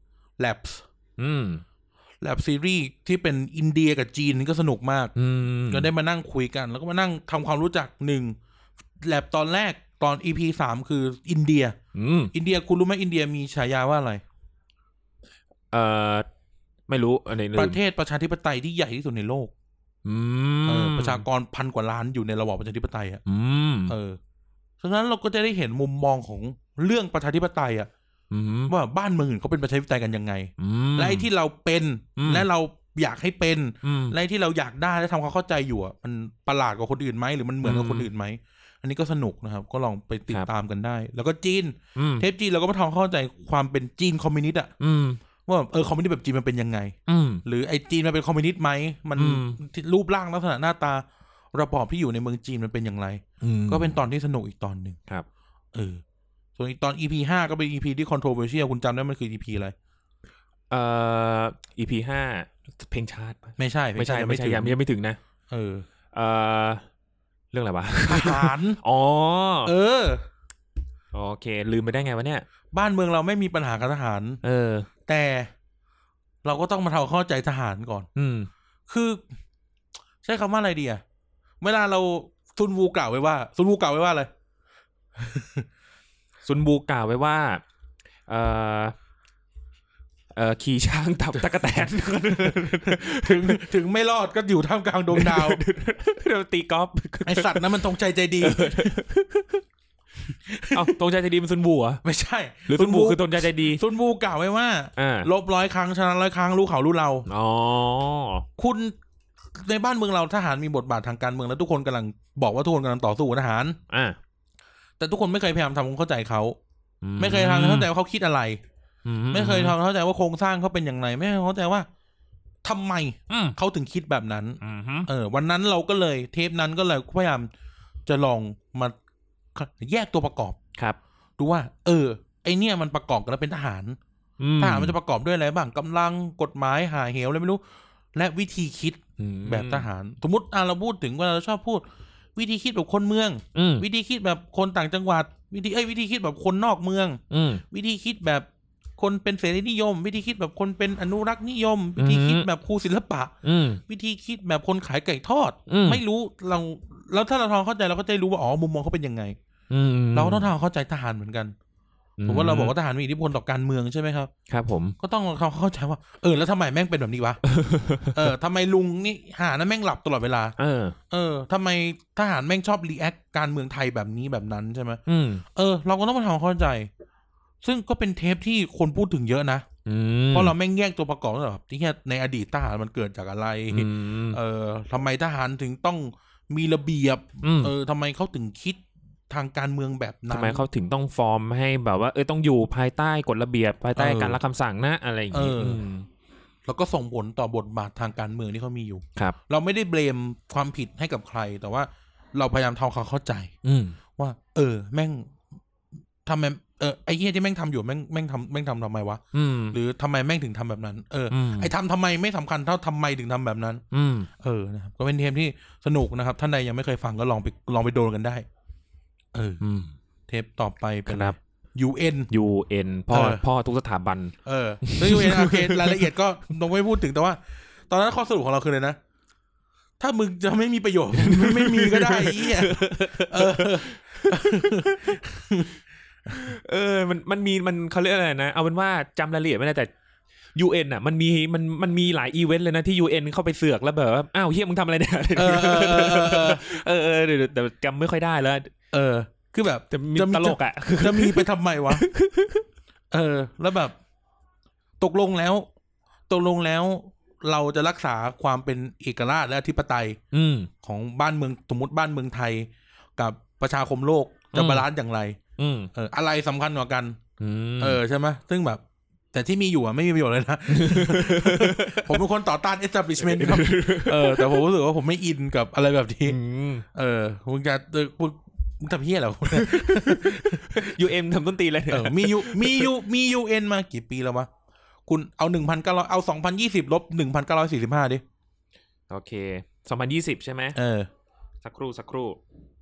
Labs อืม Lab Series ที่เป็นอินเดียกับจีนนี่ก็สนุกมากก็ได้มานั่งคุยกันแล้วก็มานั่งทำความรู้จักหนึ่ง Lab ตอนแรกตอน อี พี สามคืออินเดียอินเดียคุณรู้ไหมอินเดียมีฉายาว่าอะไรเอ่อไม่รู้อะไรเลยประเทศประชาธิปไตยที่ใหญ่ที่สุดในโลกเออประชากรพันกว่าล้านอยู่ในระบอบประชาธิปไตยอ่ะเออฉะนั้นเราก็จะได้เห็นมุมมองของเรื่องประชาธิปไตยอ่ะว่าบ้านเมืองอื่นเขาเป็นประชาธิปไตยกันยังไงและไอ้ที่เราเป็นและเราอยากให้เป็นและที่เราอยากได้และทำความเข้าใจอยู่อ่ะมันประหลาดกว่าคนอื่นไหมหรือมันเหมือนกับคนอื่นไหมอันนี้ก็สนุกนะครับก็ลองไปติดตามกันได้แล้วก็จีนเทปจีนเราก็มาทำเข้าใจความเป็นจีนคอมมิวนิสต์อ่ะว่าเออคอมมิวนิสต์แบบจีนมันเป็นยังไงหรือไอ้จีนมันเป็นคอมมิวนิสต์ไหมมันรูปร่างลักษณะหน้าตาระบอบที่อยู่ในเมืองจีนมันเป็นอย่างไรก็เป็นตอนที่สนุกอีกตอนหนึ่งครับเออส่วนอีกตอน อี พี ห้าก็เป็น อี พี ที่ controversial คุณจำได้มันคือ อี พี อะไรเอ่อ อี พี ห้าเพลงชาติไม่ใช่ไม่ใช่ไม่ใช่ยังไม่ถึงนะเออเอ่อเรื่องอะไรวะทหารอ๋อเออโอเคลืมไปได้ไงวะเนี่ยบ้านเมืองเราไม่มีปัญหากับทหารเออแต่เราก็ต้องมาทำเข้าใจทหารก่อนอืมคือใช้คำว่าอะไรดีอะเวลาเราซุนวูกล่าวไว้ว่าซุนวูกล่าวไว้ว่าอะไรซุนวูกล่าวไว้ว่าเอ่อเอ่อขี่ช้างตับตะกะแตนถึงถึงไม่รอดก็อยู่ท่ามกลางดวงดาวเดี๋ยวตีกอล์ฟไอสัตว์นั้นมันตรงใจใจดีเอ้าตรงใจใจดีมันซุนวูเหรอไม่ใช่หรือซุนวูคือตรงใจใจดีซุนวูกล่าวไว้ว่าลบร้อยครั้งชนะร้อยครั้งรู้เขารู้เราอ๋อคุณในบ้านเมืองเราทหารมีบทบาททางการเมืองแล้วทุกคนกำลังบอกว่าทุกคนกำลังต่อสู้กับทหารอ่าแต่ทุกคนไม่เคยพยายามทำความเข้าใจเขาไม่เคยทำเข้าใจว่าเขาคิดอะไรไม่เคยทำเข้าใจว่าโครงสร้างเขาเป็นอย่างไรไม่เคยเข้าใจว่าทำไมเขาถึงคิดแบบนั้นเออวันนั้นเราก็เลยเทปนั้นก็เลยพยายามจะลองมาแยกตัวประกอบครับดูว่าเออไอเนี่ยมันประกอบกันแล้วเป็นทหารทหารมันจะประกอบด้วยอะไรบ้างกำลังกฎหมายหาเหวอะไรไม่รู้และวิธีคิดแบบทหารสมมติอ่ะเราพูดถึงว่าเราชอบพูดวิธีคิดแบบคนเมืองวิธีคิดแบบคนต่างจังหวัดวิธีเอ้ยวิธีคิดแบบคนนอกเมืองวิธีคิดแบบคนเป็นเสรีนิยมวิธีคิดแบบคนเป็นอนุรักษ์นิยมวิธีคิดแบบครูศิลปะวิธีคิดแบบคนขายไก่ทอดไม่รู้เราแล้วถ้าเราทำเข้าใจเราก็จะรู้ว่าอ๋อมุมมองเขาเป็นยังไงเราต้องทำเข้าใจทหารเหมือนกันผมว่าเราบอกว่าทหารมีอิทธิพลต่อการเมืองใช่ไหมครับครับผมก็ต้องเขาเข้าใจว่าเออแล้วทำไมแม่งเป็นแบบนี้วะ เออทำไมลุงนี่หานะแม่งหลับตลอดเวลาเออเออทำไมทหารแม่งชอบรีแอคการเมืองไทยแบบนี้แบบนั้นใช่ไหมเออเราก็ต้องมาทำเข้าใจซึ่งก็เป็นเทปที่คนพูดถึงเยอะนะเพราะเราแม่งแยกตัวประกอบแบบที่ในอดีตทหารมันเกิดจากอะไรเออทำไมทหารถึงต้องมีระเบียบเออทำไมเขาถึงคิดทางการเมืองแบบนั้นทำไมเขาถึงต้องฟอร์มให้แบบว่าเออต้องอยู่ภายใต้กฎระเบียบภายใต้การรับคำสั่งนะอะไรอย่างนี้แล้วก็ส่งผลต่อบทบาททางการเมืองที่เขามีอยู่ครับเราไม่ได้เบลมความผิดให้กับใครแต่ว่าเราพยายามทำเขาเข้าใจว่าเออแม่งทำไมเออไอ้เหี้ยที่แม่งทำอยู่แม่งแม่งทำแม่งทำทำไมวะหรือทำไมแม่งถึงทำแบบนั้นเออไอ้ทำทำไมไม่สำคัญเท่าทำไมถึงทำแบบนั้นเออนะครับก็เป็นเทปที่สนุกนะครับท่านใดยังไม่เคยฟังก็ลองไปลองไปโดนกันได้เออเทปต่อไปเป็น ยู เอ็นยู เอ็น พ่อพ่อทุกสถาบันเออแล้ว ยู เอ็น โอเครายละเอียดก็ต้องไม่พูดถึงแต่ว่าตอนนั้นข้อสรุปของเราคือเลยนะถ้ามึงจะไม่มีประโยชน์ไม่ไม่มีก็ได้ไอ้เหี้ยเออเออมันมันมีมันเขาเรียกอะไรนะเอาเป็นว่าจำรายละเอียดไม่ได้แต่ ยู เอ็น อ่ะมันมีมันมันมีหลายอีเวนต์เลยนะที่ ยู เอ็น เข้าไปเสือกแล้วแบบว่าอ้าวเฮียมึงทำอะไรเนี่ยเออเออเออแต่จำไม่ค่อยได้แล้วเออคือแบบจะมีตลกอ่ะจะมีไปทำไมวะเออแล้วแบบตกลงแล้วตกลงแล้วเราจะรักษาความเป็นเอกราชและอธิปไตยของบ้านเมืองสมมติบ้านเมืองไทยกับประชาคมโลกจะบาลานซ์อย่างไรเอออะไรสำคัญกว่ากันเออใช่ไหมซึ่งแบบแต่ที่มีอยู่อ่ะไม่มีประโยชน์เลยนะ ผมเป็นคนต่อต้าน establishment ครับเออแต่ผมรู้สึกว่าผมไม่อินกับอะไรแบบนี้เออมึงจะมึงทำเหี้ยเหรอยู เอ็น ทำต้นตีเลยเออมียูมียูมียูเอ็นมากี่ปีแล้ววะคุณเอาหนึ่งพันเก้าร้อยเอาสองพันยี่สิบลบหนึ่งพันเก้าร้อยสี่สิบห้าดิโอเคสองพันยี่สิบใช่ไหมเออสักครู่สักครู่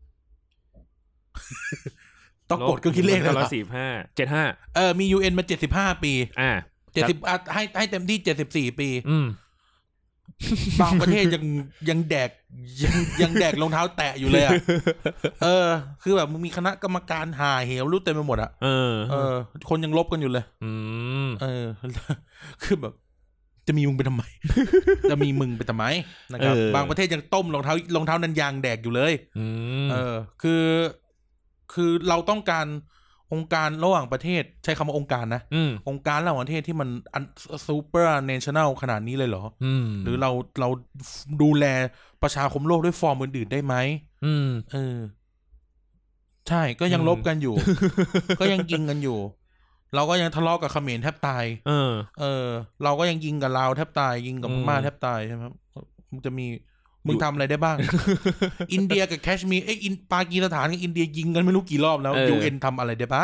ต้องกดเครื่องคิดเลขเลยร้อยสี่สิบห้าเจ็ดห้าเออมี ยู เอ็น มาเจ็ดสิบห้าปีอ่าเจ็ดสิบอ่ะให้ให้เต็มที่เจ็ดสิบสี่ปีอืมบางประเทศยังยังแดกยังยังแดกรองเท้าแตะอยู่เลยอ่ะเออคือแบบมึงมีคณะกรรมการหาเหวรู้เต็มไปหมดอ่ะเออเออคนยังลบกันอยู่เลยอืมเออคือแบบจะมีมึงไปทำไมจะมีมึงไปทำไมนะครับบางประเทศยังต้มรองเท้ารองเท้านันยางแดกอยู่เลยเออคือคือเราต้องการองค์การระหว่างประเทศใช้คำว่าองค์การนะองค์การระหว่างประเทศที่มันซูเปอร์เนชั่นแนลขนาดนี้เลยเหรอหรือเราเราดูแลประชาคมโลกด้วยฟอร์มอื่นๆได้ไหมเออใช่ก็ยังลบกันอยู่ ก็ยังยิงกันอยู่เราก็ยังทะเลาะกับเขมรแทบตายเออเออเราก็ยังยิงกับลาวแทบตายยิงกับพม่าแทบตายใช่ไหมมันจะมีมึงทำอะไรได้บ้าง อินเดียกับแคชมีร์เอ้ยอินปากีสถานกับอินเดียยิงกันไม่รู้กี่รอบแล้ว ยู เอ็น ทำอะไรได้บ้าง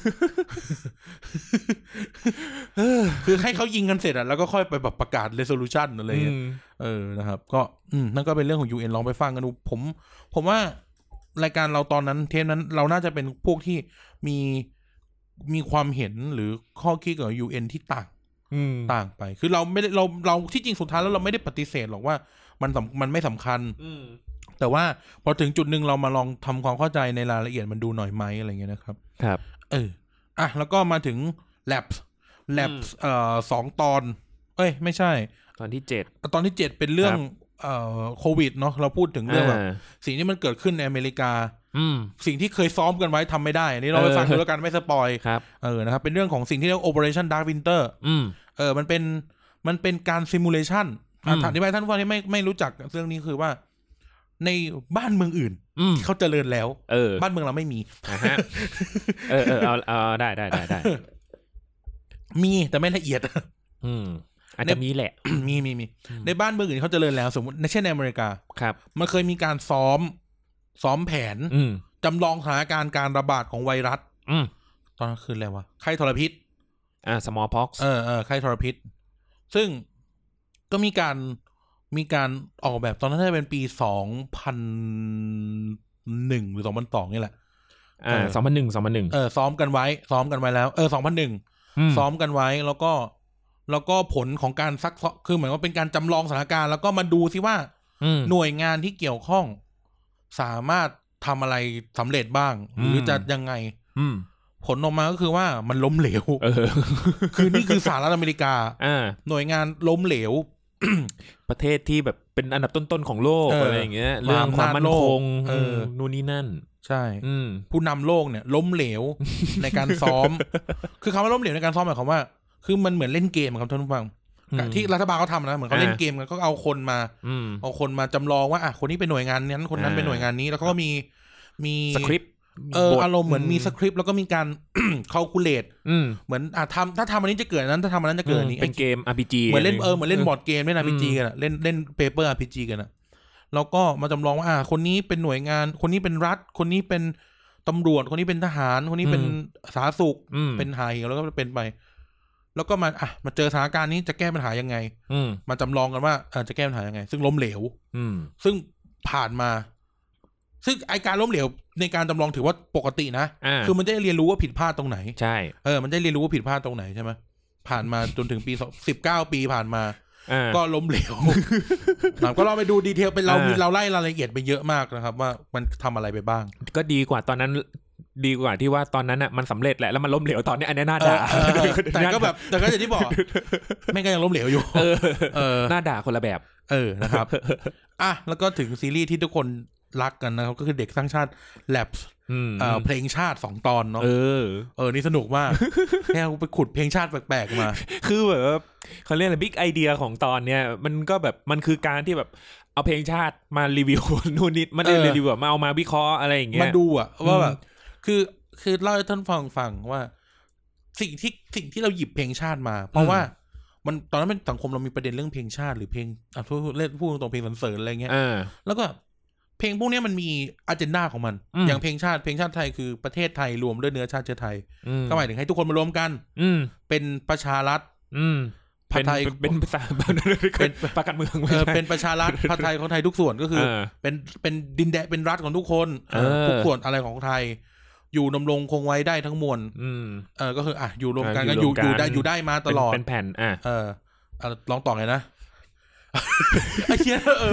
คือให้เขายิงกันเสร็จอ่ะแล้วก็ค่อยไปแบบประกาศ resolution อะไรอย่างเงี้ยเออนะครับก็อืมนั่นก็เป็นเรื่องของ ยู เอ็น ลองไปฟังกันดูผมผมว่ารายการเราตอนนั้นเทปนั้นเราน่าจะเป็นพวกที่มีมีความเห็นหรือข้อคิดกับ ยู เอ็น ที่ต่างต่างไปคือเราไม่ได้เราเราที่จริงสุดท้ายแล้วเราไม่ได้ปฏิเสธหรอกว่ามันมันไม่สำคัญแต่ว่าพอถึงจุดหนึ่งเรามาลองทำความเข้าใจในรายละเอียดมันดูหน่อยไหมอะไรเงี้ยนะครับครับเอออ่ะแล้วก็มาถึง Labs Labs เอ่อสองตอนเอ้ยไม่ใช่ตอนที่เจ็ดตอนที่เจ็ดเป็นเรื่องเอ่อโควิดเนาะเราพูดถึงเรื่องแบบสิ่งที่มันเกิดขึ้นในอเมริกาสิ่งที่เคยซ้อมกันไว้ทำไม่ได้อันนี้เราไปฟังดูแล้วกันไม่สปอยเออนะครับเป็นเรื่องของสิ่งที่เรียก Operation Dark Winter เออมันเป็นมันเป็นการซิมูเลชันอธิบายท่านผู้ฟังที่ไม่ไม่รู้จักเรื่องนี้คือว่าในบ้านเมืองอื่นที่เขาเจริญแล้วบ้านเมืองเราไม่มีเออเออเอาเอาได้ได้ได้ได้มีแต่ไม่ละเอียดอืมอาจจะมีแหละมีมีมีในบ้านเมืองอื่นเขาเจริญแล้วสมมติในเช่นในอเมริกาครับมันเคยมีการซ้อมซ้อมแผนจำลองสถานการณ์การระบาดของไวรัสตอนนั้นคืออะไรวะไข้ทรพิษอ่า smallpox เออเออไข้ทรพิษซึ่งก็มีการมีการออกแบบตอนนั้นจะเป็นปีสองพันหนึ่งหรือสองพันสองนี่แหละอ่าสองพันหนึ่งสองพันหนึ่งเออซ้อมกันไว้ซ้อมกันไว้แล้วเออสองพันหนึ่งซ้อมกันไว้แล้วก็แล้วก็ผลของการซักซ้อมคือเหมือนว่าเป็นการจำลองสถานการณ์แล้วก็มาดูซิว่าหน่วยงานที่เกี่ยวข้องสามารถทำอะไรสำเร็จบ้างหรือจะยังไงผลออกมาก็คือว่ามันล้มเหลวคือนี่คือสหรัฐอเมริกาหน่วยงานล้มเหลวประเทศที่แบบเป็นอันดับต้นๆของโลก อ, อะไรอย่างเงี้ยเรื่องความมั่นคงนู่นนี่นั่นใช่ผู้นำโลกเนี่ยล้มเหลว ในการซ้อม คือคำว่าล้มเหลวในการซ้อมหมายความว่าคือมันเหมือนเล่นเกมครับท่านผู้ฟังที่รัฐบาลเขาทำนะเหมือนเขาเล่นเกมกันก็เอาคนมาเอาคนมาจำลองว่าอ่ะคนนี้เป็นหน่วยงานนั้นคนนั้นเป็นหน่วยงานนี้แล้วก็มีมีสคริปต์เอออารมณ์เหมือนมีสคริปต์แล้วก็มีการ calculate เหมือนอ่ะทำถ้าทำอันนี้จะเกิดนั้นถ้าทำอันนั้นจะเกิดนี้เป็นเกม อาร์ พี จีเหมือนเล่นเออเหมือนเล่นบอร์ดเกมเล่น อาร์ พี จี กันอ่ะเล่นเล่น paper อาร์ พี จี กันอ่ะแล้วก็มาจำลองว่าอ่ะคนนี้เป็นหน่วยงานคนนี้เป็นรัฐคนนี้เป็นตำรวจคนนี้เป็นทหารคนนี้เป็นสาธารณสุขเป็นทหารแล้วก็เป็นไปแล้วก็มาอ่ะมาเจอสถานการณ์นี้จะแก้ปัญหายังไงมาจำลองกันว่าอ่ะจะแก้ปัญหายังไงซึ่งล้มเหลวซึ่งผ่านมาซึ่งไอการล้มเหลวในการจำลองถือว่าปกตินะคือมันจะได้เรียนรู้ว่าผิดพลาดตรงไหนใช่เออมันได้เรียนรู้ว่าผิดพลาดตรงไหนใช่ไหมผ่านมาจนถึงปีสิบเก้าปีผ่านมาก็ล้มเหลวก็ลองไปดูดีเทลเป็นเรามีเราไล่รายละเอียดไปเยอะมากนะครับว่ามันทำอะไรไปบ้างก็ดีกว่าตอนนั้นดีกว่าที่ว่าตอนนั้นอ่ะมันสำเร็จแหละแล้วมันล้มเหลวตอนนี้อันนี้น่าด่าแต่ก็แบบแต่ก็อย่างที่บอกไม่ก็ยังล้มเหลวอยู่น่าด่าคนละแบบเออนะครับอ่ะแล้วก็ถึงซีรีส์ที่ทุกคนรักกันนะครับก็คือเด็กสร้างชาติ Labs เอ่อเพลงชาติสองตอนเนาะเออเออนี่สนุกมากแค่ไปขุดเพลงชาติแปลกๆมาคือแบบเขาเรียกอะไรบิ๊กไอเดียของตอนเนี้ยมันก็แบบมันคือการที่แบบเอาเพลงชาติมารีวิวนู่นนี่มันเออรีวิวมาเอามาวิเคราะห์อะไรอย่างเงี้ยมาดูอ่ะว่าแบบคือคือเล่าให้ท่านฟังฟังว่าสิ่งที่สิ่งที่เราหยิบเพลงชาติมาเพราะว่ามันตอนนั้นเป็นสังคมเรามีประเด็นเรื่องเพลงชาติหรือเพลงอ่ะพูดเล่นพูดตรงเพลงสรรเสริญอะไรเงี้ยแล้วก็เพลงพวกนี้มันมีอเจนดาของมันอย่างเพลงชาติเพลงชาติไทยคือประเทศไทยรวมด้วยเนื้อชาติเชื้อไทยก็หมายถึงให้ทุกคนมารวมกันเป็นประชารัฐผัดไทยเป็นภาษาเป็นประกันเมืองเป็นประชารัฐผัดไทยของไทยทุกส่วนก็คือเป็นเป็นดินแดนเป็นรัฐของทุกคนทุกส่วนอะไรของไทยอยู่ดำรงคงไว้ได้ทั้งมวลเออก็คืออ่ะอยู่รวมกันก็อยู่อยู่ได้อยู่ได้มาตลอดเป็นแผ่นอ่ะเออลองต่อไงนะไอ้เหี้ยเออ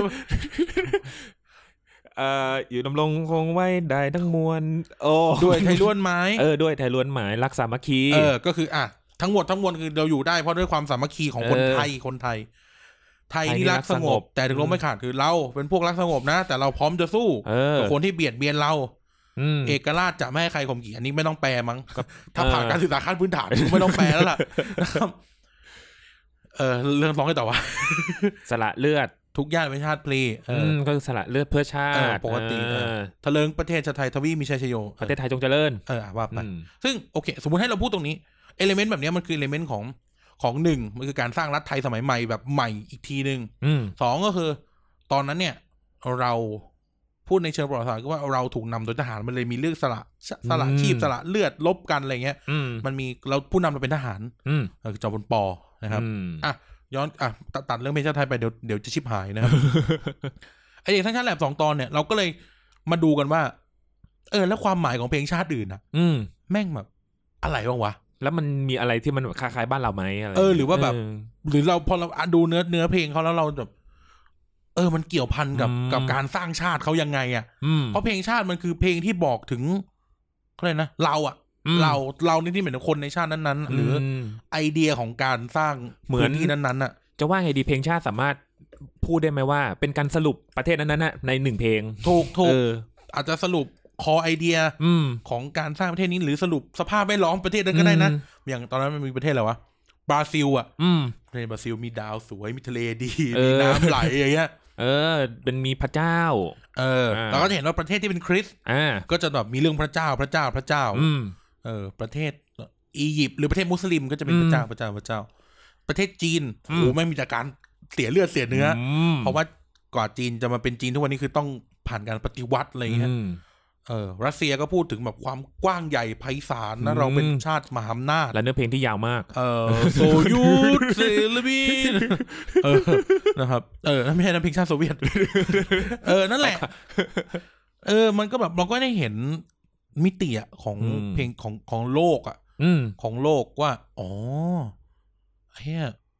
เอ่ออยู่ดำรงคงไว้ได้ทั้งมวลโอ้ด้วยไทยล้วนไม้เออด้วยไทยล้วนไม้รักสามัคคีเออก็คืออ่ะทั้งหมดทั้งมวลคือเราอยู่ได้เพราะด้วยความสามัคคีของคนไทยคนไทยไทยนี่รักสงบแต่ถึงลมไม่ขาดคือเราเป็นพวกรักสงบนะแต่เราพร้อมจะสู้กับคนที่เบียดเบียนเราเอกราชจะไม่ให้ใครข่มขีอันนี้ไม่ต้องแปลมั้งถ้าผ่านการศึกษาขั้นพื้นฐานไม่ต้องแปลแล้วล่ะนะครับเออเรื่องร้องให้ต่อว่าสละเลือดทุกญาติเป็นชาติพลีก็สละเลือดเพื่อชาติปกติทะเลิงประเทศชาติไทยทวีมีชัยชโยประเทศไทยจงเจริญเออว่าไปซึ่งโอเคสมมุติให้เราพูดตรงนี้เอลิเมนต์แบบนี้มันคือเอลิเมนต์ของของหนึ่งมันคือการสร้างรัฐไทยสมัยใหม่แบบใหม่อีกทีนึงสองก็คือตอนนั้นเนี่ยเราพูดในเชิงประวัติศาสตร์ก็ว่าเราถูกนำโดยทหารมันเลยมีเรื่องสละสละชีพสละเลือดลบกันอะไรเงี้ยมันมีเราผู้นำเราเป็นทหารคือจอมพลป.นะครับอ่ะย้อนอ่ะตัดเรื่องเพลงชาติไทยไปเดี๋ยวเดี๋ยวจะชิบหายนะครับไอเด็กทั้งชาติแลบสองตอนเนี่ยเราก็เลยมาดูกันว่าเออแล้วความหมายของเพลงชาติอื่นอ่ะแม่งแบบอะไรบ้างวะแล้วมันมีอะไรที่มันคล้ายๆบ้านเราไหมอะไรเออหรือว่าแบบหรือเราพอเราดูเนื้อเนื้อเพลงเขาแล้วเราแบบเออมันเกี่ยวพันกับกับการสร้างชาติเขายังไงอ่ะเพราะเพลงชาติมันคือเพลงที่บอกถึงอะไรนะเราอ่ะเราเรานี่ที่เหมือนคนในชาตินั้นๆหรือไอเดียของการสร้างพื้นที่นั้นๆอ่ะจะว่าไงดีเพลงชาติสามารถพูดได้ไหมว่าเป็นการสรุปประเทศนั้นๆในหนึ่งเพลงถูกถูกอาจจะสรุปคอไอเดียของการสร้างประเทศนี้หรือสรุปสภาพแวดล้อมประเทศนั้นก็ได้นะอย่างตอนนั้นมันมีประเทศอะไรวะบราซิลอ่ะประเทศบราซิลมีดาวสวยมีทะเลดีมีน้ำไหลอย่างเงี้ยเออเป็นมีพระเจ้าเออเราก็จะเห็นว่าประเทศที่เป็นคริสต์ก็จะแบบมีเรื่องพระเจ้าพระเจ้าพระเจ้าเออประเทศอียิปต์หรือประเทศมุสลิมก็จะเป็นพระเจ้าพระเจ้าพระเจ้าประเทศจีนโอ้ไม่มีแต่การเสียเลือดเสียเนื้อเพราะว่ากว่าจีนจะมาเป็นจีนทุกวันนี้คือต้องผ่านการปฏิวัติอะไรอย่างเงี้ยเออรัสเซียก็พูดถึงแบบความกว้างใหญ่ไพศาลนะเราเป็นชาติมหาอำนาจและเนื้อเพลงที่ยาวมากเออโซยูดเซเลบีนเออนะครับเออไม่ใช่นะเพลงชาติโซเวียตเออนั่นแหละเออมันก็แบบเราก็ได้เห็นมิติอ่ะของเพลงของของโลกอ่ะของโลกว่าอ๋อเฮ้ย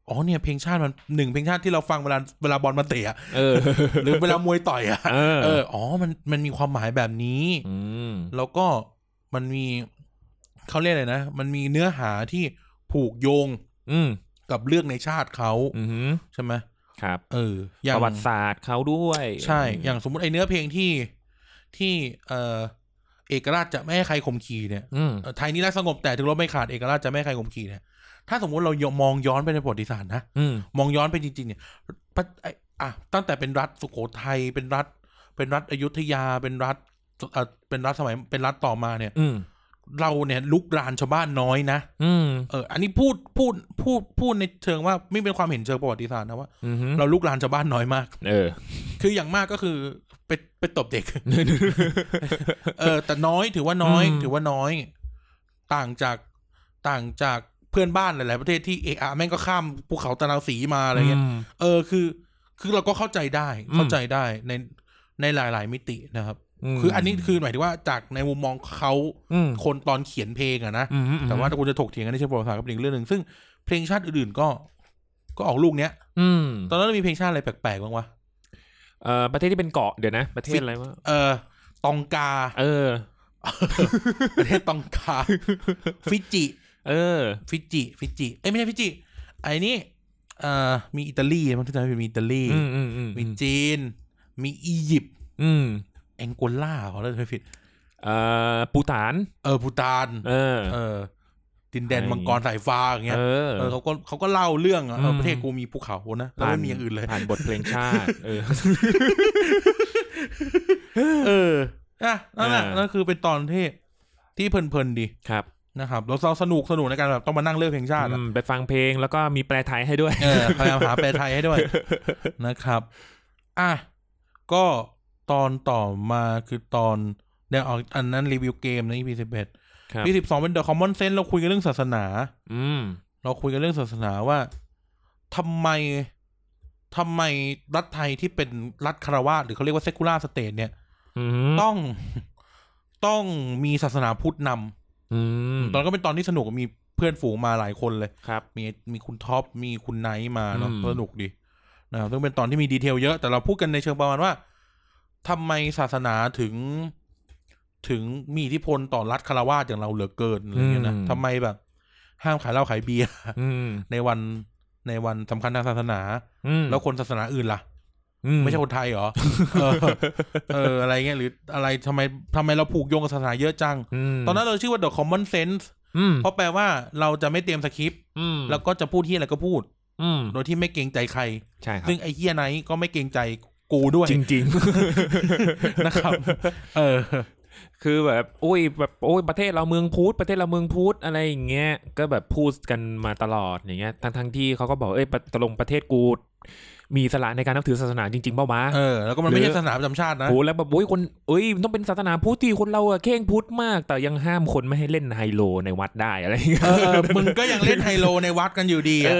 อ๋อเนี่ยเพลงชาติมันหนึ่งเพลงชาติที่เราฟังเวลาเวลาบอลมาเตะเออหรือเวลามวยต่อยอ่ะเออเอออ๋อมันมันมีความหมายแบบนี้แล้วก็มันมีเขาเรียกอะไรนะมันมีเนื้อหาที่ผูกโยงกับเรื่องในชาติเขาใช่ไหมครับเออประวัติศาสตร์เขาด้วยใช่อย่างสมมติไอ้เนื้อเพลงที่ที่เออเอกราชจะไม่ให้ใครข่มขีเนี่ยไทยนี่รักสงบแต่ถึงรบไม่ขาดเอกราชจะไม่ให้ใครข่มขีเนี่ยถ้าสมมุติเรามองย้อนไปในประวัติศาสตร์นะมองย้อนไปจริงๆเนี่ยอ่ะตั้งแต่เป็นรัฐสุโขทัยเป็นรัฐเป็นรัฐอยุธยาเป็นรัฐอ่ะเป็นรัฐสมัยเป็นรัฐต่อมาเนี่ยเราเนี่ยลุกรานชาวบ้านน้อยนะเอออันนี้พูดพูดพูดพูดในเชิงว่าไม่เป็นความเห็นเชิงประวัติศาสตร์นะว่าเราลุกรานชาวบ้านน้อยมากเออคืออย่างมากก็คือไปไปตบเด็ก เออแต่น้อยถือว่าน้อยถือว่าน้อยต่างจากต่างจากเพื่อนบ้านหลายๆประเทศที่เออแม่งก็ข้ามภูเขาตะนาวสีมาอะไรเงี้ยเออคือคือเราก็เข้าใจได้เข้าใจได้ในในหลายๆมิตินะครับคืออันนี้คือหมายถึงว่าจากในมุมมองเขาคนตอนเขียนเพลงอะนะแต่ว่าถ้าคุณจะถกเถียงกันในเชิงประวัติศาสตร์ก็เป็นอีกเรื่องหนึ่งซึ่งเพลงชาติอื่นๆก็ก็ออกลูกเนี้ยตอนนั้นมีเพลงชาติอะไรแปลกๆบ้างวะเอ่อประเทศที่เป็นเกาะเดี๋ยวนะประเทศอะไรวะเออตองกาเออประเทศตองกาฟิจิเออฟิจิฟิจิเอ้ยไม่ใช่ฟิจิไอ้นี่เอ่อมีอิตาลีมันที่จะมีอิตาลีมีจีนมีอียิปต์แองโกลาเขาเรียกไม่ผิดเอ่อปูตานเออปูตานเออเออดินแดนมังกรสายฟ้าอย่างเงี้ยเออเขาก็เขาก็เล่าเรื่องอ่ะประเทศกูมีภูเขานะแล้วไม่มีอย่างอื่นเลยผ่านบทเพลงชาติเออเอออ่ะนั่นแหละนั่นคือเป็นตอนที่ที่เพลินๆดีครับนะครับแล้วเราสนุกสนุกในการแบบต้องมานั่งเลือกเพลงชาติไปฟังเพลงแล้วก็มีแปลไทยให้ด้วยเออพยายามหาแปลไทยให้ด้วยนะครับอ่ะก็ตอนต่อมาคือตอนเดี๋ยวเอาอันนั้นรีวิวเกมใน อี พี สิบเอ็ด อี พี สิบสองเป็น The Common Sense เราคุยกันเรื่องศาสนาอืมเราคุยกันเรื่องศาสนาว่าทำไมทำไมรัฐไทยที่เป็นรัฐคารวาสหรือเขาเรียกว่า secular state เนี่ยต้องต้องมีศาสนาพุทธนำตอนก็เป็นตอนที่สนุกมีเพื่อนฝูงมาหลายคนเลยครับมีมีคุณท็อปมีคุณไนท์มาเนาะสนุกดีนะครับซึ่งเป็นตอนที่มีดีเทลเยอะแต่เราพูดกันในเชิงประมาณว่าทำไมศาสนาถึงถึงมีอิทธิพลต่อรัฐคารวาสอย่างเราเหลือเกินอะไรเงี้ยนะทำไมแบบห้ามขายเหล้าขายเบียร์ในวันในวันสำคัญทางศาสนาแล้วคนศาสนาอื่นล่ะไม่ใช่คนไทยเหรอเออเอออะไรเงี้ยหรืออะไรทำไมทำไมเราผูกโยงกับศาสนาเยอะจังตอนนั้นเราชื่อว่า The Common Sense เพราะแปลว่าเราจะไม่เตรียมสคริปต์แล้วก็จะพูดที่อะไรก็พูดโดยที่ไม่เกรงใจใครซึ่งไอ้เหี้ยไหนก็ไม่เกรงใจกูด้วยจริงๆนะครับเออคือแบบโอ้ยแบบโอ้ยประเทศเราเมืองพุทธประเทศเราเมืองพุทธอะไรอย่างเงี้ยก็แบบพูดกันมาตลอดอย่างเงี้ยทั้งๆที่เขาก็บอกเอ้ยตกลงประเทศกูมีอิสระในการนับถือศาสนาจริงๆเปล่าวะเออแล้วก็มันไม่ใช่ศาสนาประจำชาตินะโอ้แล้วแบบโอ้ยคนเอ้ยต้องเป็นศาสนาพุทธที่คนเราอะเข่งพุทธมากแต่ยังห้ามคนไม่ให้เล่นไฮโลในวัดได้อะไรอย่างเงี้ยเออมึงก็ยังเล่นไฮโลในวัดกันอยู่ดีอ่ะ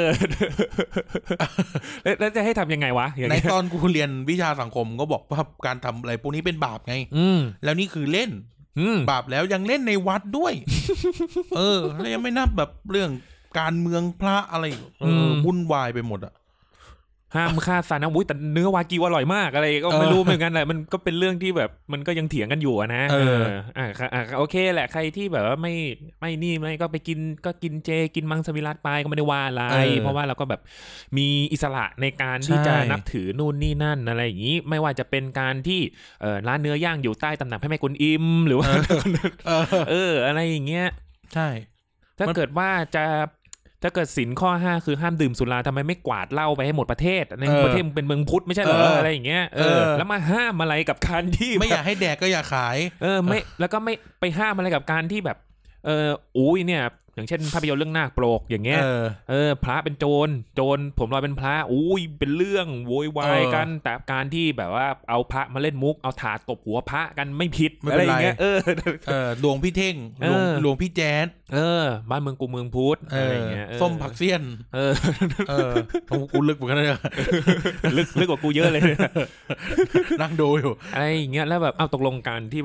แล้วจะให้ทำยังไงวะในตอนกูเรียนวิชาสังคมก็บอกว่าการทำอะไรพวกนี้เป็นบาปไงแล้วนี่คือเล่นบาปแล้วยังเล่นในวัดด้วยเออแล้วยังไม่นับแบบเรื่องการเมืองพระอะไรเออวุ่นวายไปหมดอ่ะห้ามฆ่าสัตว์นะอุ้ยแต่เนื้อวากิวอร่อยมากอะไรก็ไม่รู้เหมือนกันแหละมันก็เป็นเรื่องที่แบบมันก็ยังเถียงกันอยู่นะเอออ่าอ่าโอเคแหละใครที่แบบว่าไม่ไม่นี่ไม่ก็ไปกินก็กินเจกินมังสวิรัติไปก็ไม่ได้ว่าอะไรเพราะว่าเราก็แบบมีอิสระในการที่จะนับถือนู่นนี่นั่นอะไรอย่างนี้ไม่ว่าจะเป็นการที่เออร้านเนื้อย่างอยู่ใต้ตำหนักพระแม่กุนอิมหรือว่าเอออะไรอย่างเงี้ยใช่ถ้าเกิดว่าจะถ้าเกิดศีลข้อห้าคือห้ามดื่มสุราทำไมไม่กวาดเหล้าไปให้หมดประเทศในประเทศเป็นเมืองพุทธไม่ใช่เหรออะไรอย่างเงี้ยเออแล้วมาห้ามอะไรกับการที่ไม่อยากให้แดกก็อย่าขายเออไม่แล้วก็ไม่ไปห้ามอะไรกับการที่แบบเอออุ้ยเนี่ยอย่างเช่นภาพยนตร์เรื่องนาคโปรกอย่างเงี้ยเออพระเป็นโจรโจรผมลอยเป็นพระอุ้ยเป็นเรื่องโวยวายกันแต่การที่แบบว่าเอาพระมาเล่นมุกเอาถาดตบหัวพระกันไม่ผิดอะไรอย่างเงี้ยเออเออหลวงพี่เท่งหลวงหลวงพี่แจ๊ดเออบ้านเมืองกูเมืองพุทธอะไรอย่างเงี้ยส้มผักเสี้ยนเออเออกูลึกเหมือนกันเลยลึกลึกกว่ากูเยอะเลยนั่งดูอยู่อะไรอย่างเงี้ยแล้วแบบเอาตกลงกันที่แบบว่า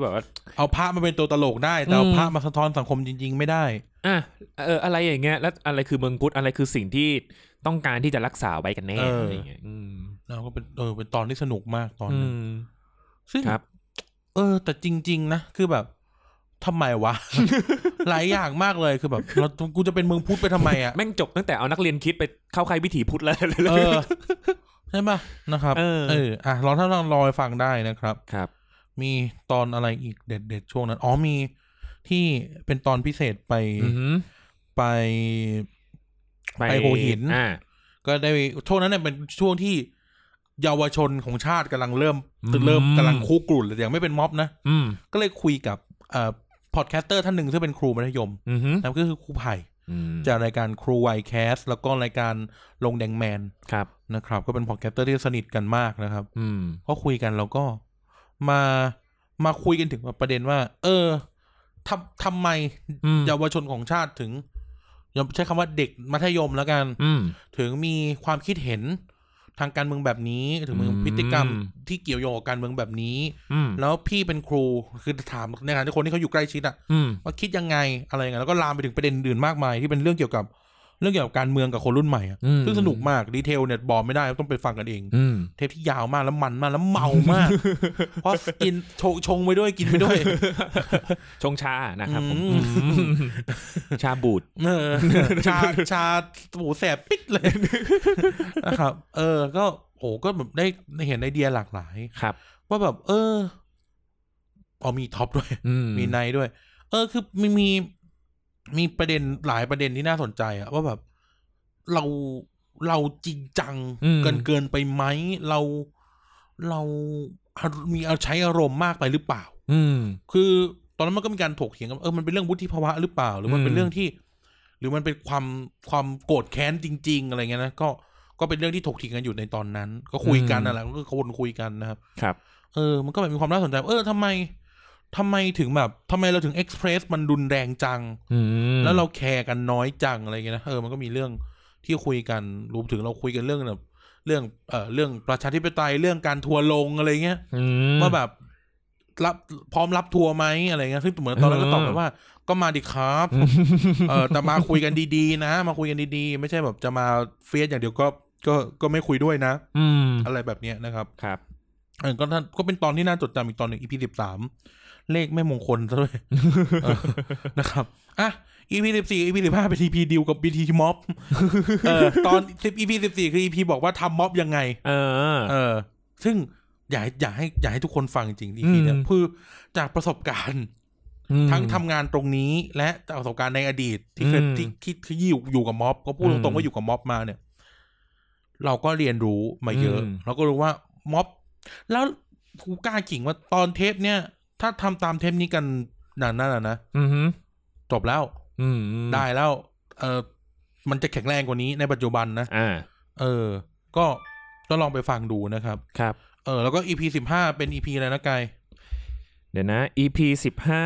เอาพระมาเป็นตัวตลกได้แต่เอาพระมาสะท้อนสังคมจริงๆไม่ได้อ่ะเอออะไรอย่างเงี้ยแล้วอะไรคือเมืองพุทธอะไรคือสิ่งที่ต้องการที่จะรักษาไว้กันแน่อะไรอย่างเงี้ยอืมแล้วก็เป็นเออเป็นตอนที่สนุกมากตอนนึงซึ่งครับเออแต่จริงๆนะคือแบบทำไมวะ หลายอย่างมากเลยคือแบบเรากูจะเป็นเมืองพุทธไปทำไมอ่ะแม่งจบตั้งแต่เอานักเรียนคิดไปเข้าค่ายวิถีพุทธแล้วเออใช่ป่ะนะครับเออเอออ่ะลองถ้าลองรอไปฟังได้นะครับครับมีตอนอะไรอีกเด็ดๆช่วงนั้นอ๋อมีที่เป็นตอนพิเศษไปไปไปหัวหินอ่าก็ได้ช่วงนั้นเนี่ยเป็นช่วงที่เยาวชนของชาติกำลังเริ่มเริ่มกำลังคุกรุ่นเลยยังไม่เป็นม็อบนะก็เลยคุยกับเอ่อพอดแคสเตอร์ท่านหนึ่งซึ่งเป็นครูมัธยมนั่นก็คือครูไผ่จากรายการครูไวแคสแล้วก็รายการลงแดงแมนนะครับก็เป็นพอดแคสเตอร์ที่สนิทกันมากนะครับก็คุยกันแล้วก็มามาคุยกันถึงประเด็นว่าเออทำทำไมเยาวชนของชาติถึงใช้คำว่าเด็กมัธยมแล้วกันถึงมีความคิดเห็นทางการเมืองแบบนี้ถึงมือพฤติกรรมที่เกี่ยวโยงกับการเมืองแบบนี้แล้วพี่เป็นครูคือถามในฐานะคนที่เขาอยู่ใกล้ชิดอ่ะว่าคิดยังไงอะไรยังไงแล้วก็ลามไปถึงประเด็นอื่นมากมายที่เป็นเรื่องเกี่ยวกับเรื่องเกี่ยวกับการเมืองกับคนรุ่นใหม่อ่ะซึ่งสนุกมากดีเทลเนี่ยบอกไม่ได้ต้องไปฟังกันเองเทปที่ยาวมากแล้วมันมากแล้วเมามากเพราะกินชงไปด้วยกินไปด้วยชงชานะครับผมชาบูดชาชาหูแสบปิ๊ดเลยนะครับเออก็โอ้ก็แบบได้เห็นไอเดียหลากหลายครับว่าแบบเอออ๋อมีท็อปด้วยมีไนด้วยเออคือมีมีมีประเด็นหลายประเด็นที่น่าสนใจอะว่าแบบเราเราจริงจังเกินเกินไปไหมเราเรามีเอาใช้อารมณ์มากไปหรือเปล่าคือตอนนั้นมันก็มีการถกเถียงกันเออมันเป็นเรื่องวุฒิภาวะหรือเปล่าหรือมันเป็นเรื่องที่หรือมันเป็นความความโกรธแค้นจริงๆอะไรเงี้ยนะก็ก็เป็นเรื่องที่ถกเถียงกันอยู่ในตอนนั้นก็คุยกันนั่นแหละก็คนคุยกันนะครับครับเออมันก็แบบมีความน่าสนใจเออทำไมทำไมถึงแบบทำไมเราถึงเอ็กซ์เพรสมันรุนแรงจังแล้วเราแคร์กันน้อยจังอะไรเงี้ยนะเออมันก็มีเรื่องที่คุยกันรวมถึงเราคุยกันเรื่องแบบเรื่องเอ่อเรื่องประชาธิปไตยเรื่องการทัวร์ลงอะไรเงี้ยว่าแบบรับพร้อมรับทัวร์ไหมอะไรเงี้ยซึ่งเหมือนตอนนั้นก็ตอบไปว่าก็มาดิครับเออแต่มาคุยกันดีๆนะมาคุยกันดีๆไม่ใช่แบบจะมาเฟียสอย่างเดียวก็ก็ก็ไม่คุยด้วยนะอะไรแบบเนี้ยนะครับครับเออก็ท่านก็เป็นตอนที่น่าจดจำอีกตอนหนึ่ง อี พี สิบสามเลขไม่มงคลซะด้วยนะครับอ่ะ อี พี สิบสี่ อี พี สิบห้าเป็น อี พี ดีลกับ บี ที ม็อบเออตอนสิบ อี พี สิบสี่คือ อี พี บอกว่าทำม็อบยังไงเออเออซึ่งอยากอยากให้อยากให้ทุกคนฟังจริง อี พี เนี่ยคือจากประสบการณ์ทั้งทำงานตรงนี้และจากประสบการณ์ในอดีตที่เคยที่ที่ที่อยู่อยู่กับม็อบก็พูดตรงๆว่าอยู่กับม็อบมาเนี่ยเราก็เรียนรู้มาเยอะเราก็รู้ว่าม็อบแล้วกูกล้าขิงว่าตอนเทปเนี่ยถ้าทำตามเทปนี้กันนานนั่นแหละนะจบแล้วได้แล้วเออมันจะแข็งแรงกว่านี้ในปัจจุบันนะอ่าเออก็ต้องลองไปฟังดูนะครับครับเออแล้วก็ อี พี สิบห้าเป็น อี พี อะไรนะกายเดี๋ยวนะ อี พี สิบห้า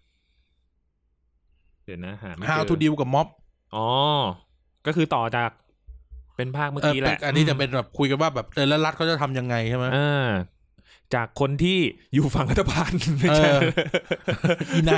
เดี๋ยวนะหาไม่เจอ How to deal กับม็อบอ๋อก็คือต่อจากเป็นภาคเมื่อกี้แหละอันนี้จะเป็นแบบคุยกันว่าแบบเออแล้วรัฐเขาจะทำยังไงใช่ไหมอ่าจากคนที่อยู่ฝั่งรัฐบาลไม่ใช่อีไน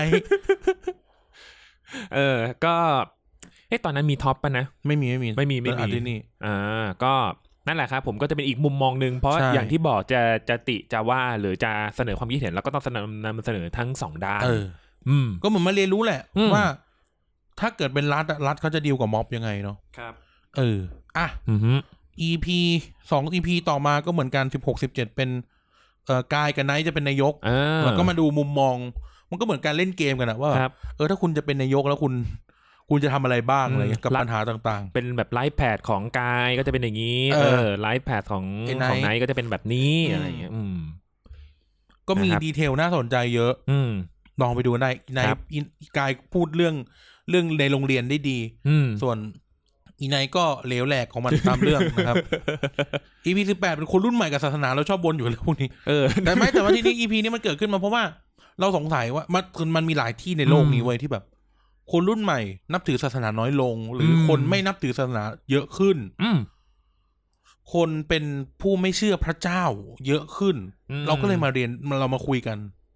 เออก็เอ๊ะตอนนั้นมีท็อปป่ะนะไม่มีไม่มีไม่มีไม่มีนี่อ่าก็นั่นแหละครับผมก็จะเป็นอีกมุมมองนึงเพราะอย่างที่บอกจะจะติจะว่าหรือจะเสนอความคิดเห็นแล้วก็ต้องเสนอนำเสนอทั้งสองด้านเอออืมก็เหมือนมาเรียนรู้แหละว่าถ้าเกิดเป็นรัฐรัฐเขาจะดีลกับม็อบยังไงเนาะครับเอออ่ะ อี พี สอง อี พี ต่อมาก็เหมือนกันสิบหก สิบเจ็ดเป็นเอ่อกายกับไนท์จะเป็นนายกแล้วก็มาดูมุมมองมันก็เหมือนการเล่นเกมกันอะว่าเออถ้าคุณจะเป็นนายกแล้วคุณคุณจะทำอะไรบ้างอะไรกับปัญหาต่างๆเป็นแบบไลฟ์แพดของกายก็จะเป็นอย่างนี้เออไลฟ์แพดของของไนท์ก็จะเป็นแบบนี้อะไรอย่างเงี้ยอืมก็มีดีเทลน่าสนใจเยอะอืมลองไปดูได้ในกายพูดเรื่องเรื่องในโรงเรียนได้ดีส่วนอีไนก็เหลวแหลกของมันตามเรื่องนะครับ อี พี สิบแปดเป็นคนรุ่นใหม่กับศาสนาเราชอบบ่นอยู่แล้วพวกนี้เออแต่ไม่แต่ว่าที่นี้ อี พี นี้มันเกิดขึ้นมาเพราะว่าเราสงสัยว่ามันมันมีหลายที่ในโลกนี้เว้ยที่แบบคนรุ่นใหม่นับถือศาสนาน้อยลงหรือคนไม่นับถือศาสนาเยอะขึ้นคนเป็นผู้ไม่เชื่อพระเจ้าเยอะขึ้นเราก็เลยมาเรียนเรามาคุยกัน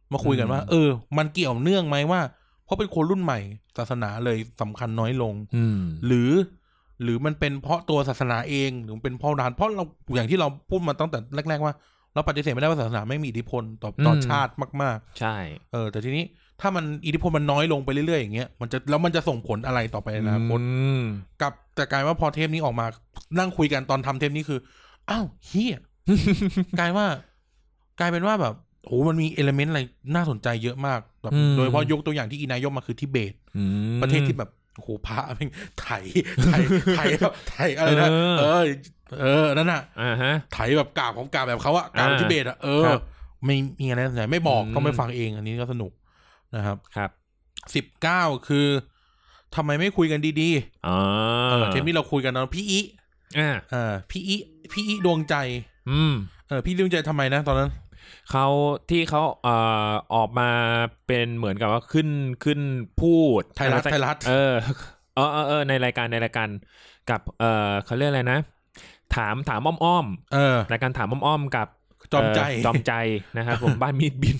มาคุยกันว่าเออมันเกี่ยวเนื่องไหมว่าเพราะเป็นคนรุ่นใหม่ศาสนาเลยสำคัญน้อยลงหรือหรือมันเป็นเพราะตัวศาสนาเองหรือเป็นเพราะนานเพราะเราอย่างที่เราพูดมาตั้งแต่แรกๆว่าเราปฏิเสธไม่ได้ว่าศาสนาไม่มีอิทธิพลต่อต่อชาติมากๆใช่เออแต่ทีนี้ถ้ามันอิทธิพลมันน้อยลงไปเรื่อยๆอย่างเงี้ยมันจะแล้วมันจะส่งผลอะไรต่อไปในอนาคตกับแต่กลายว่าพอเทปนี้ออกมานั่งคุยกันตอนทำเทปนี้คืออ้าวเฮีย กลายว่ากลายเป็นว่าแบบโอ้มันมีเอลิเมนต์อะไรน่าสนใจเยอะมากแบบโดยเฉพาะยกตัวอย่างที่อีนายกมาคือทิเบตประเทศที่แบบโอ้โหพระเป็นไถไถไถไถอะไรนะเออเออนั่นน่ะไถแบบกราบของกราบแบบเขาอะกราบทิเบตอะเออไม่มีอะไรน่าสนใจไม่บอกต้องไปฟังเองอันนี้ก็สนุกนะครับครับสิบเก้าคือทำไมไม่คุยกันดีๆอ๋อเทปนี้เราคุยกันตอนพี่อีอ่าเออพี่อีพี่อีดวงใจอืมเออพี่ดวงใจทำไมนะตอนนั้นเขาที่เขาเอ่อออกมาเป็นเหมือนกับว่าขึ้นขึ้นพูดไทยรัฐไทยรัฐเออเออเออเออในรายการในรายการกับเอ่อเขาเรียกอะไรนะถามถามอ้อมๆเออรายการถามอ้อมๆกับจอมใจจอมใจนะครับผมบ้านมีดบิน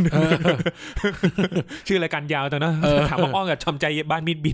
ชื่อรายการยาวจังนะถามอ้อมๆกับจอมใจบ้านมีดบิน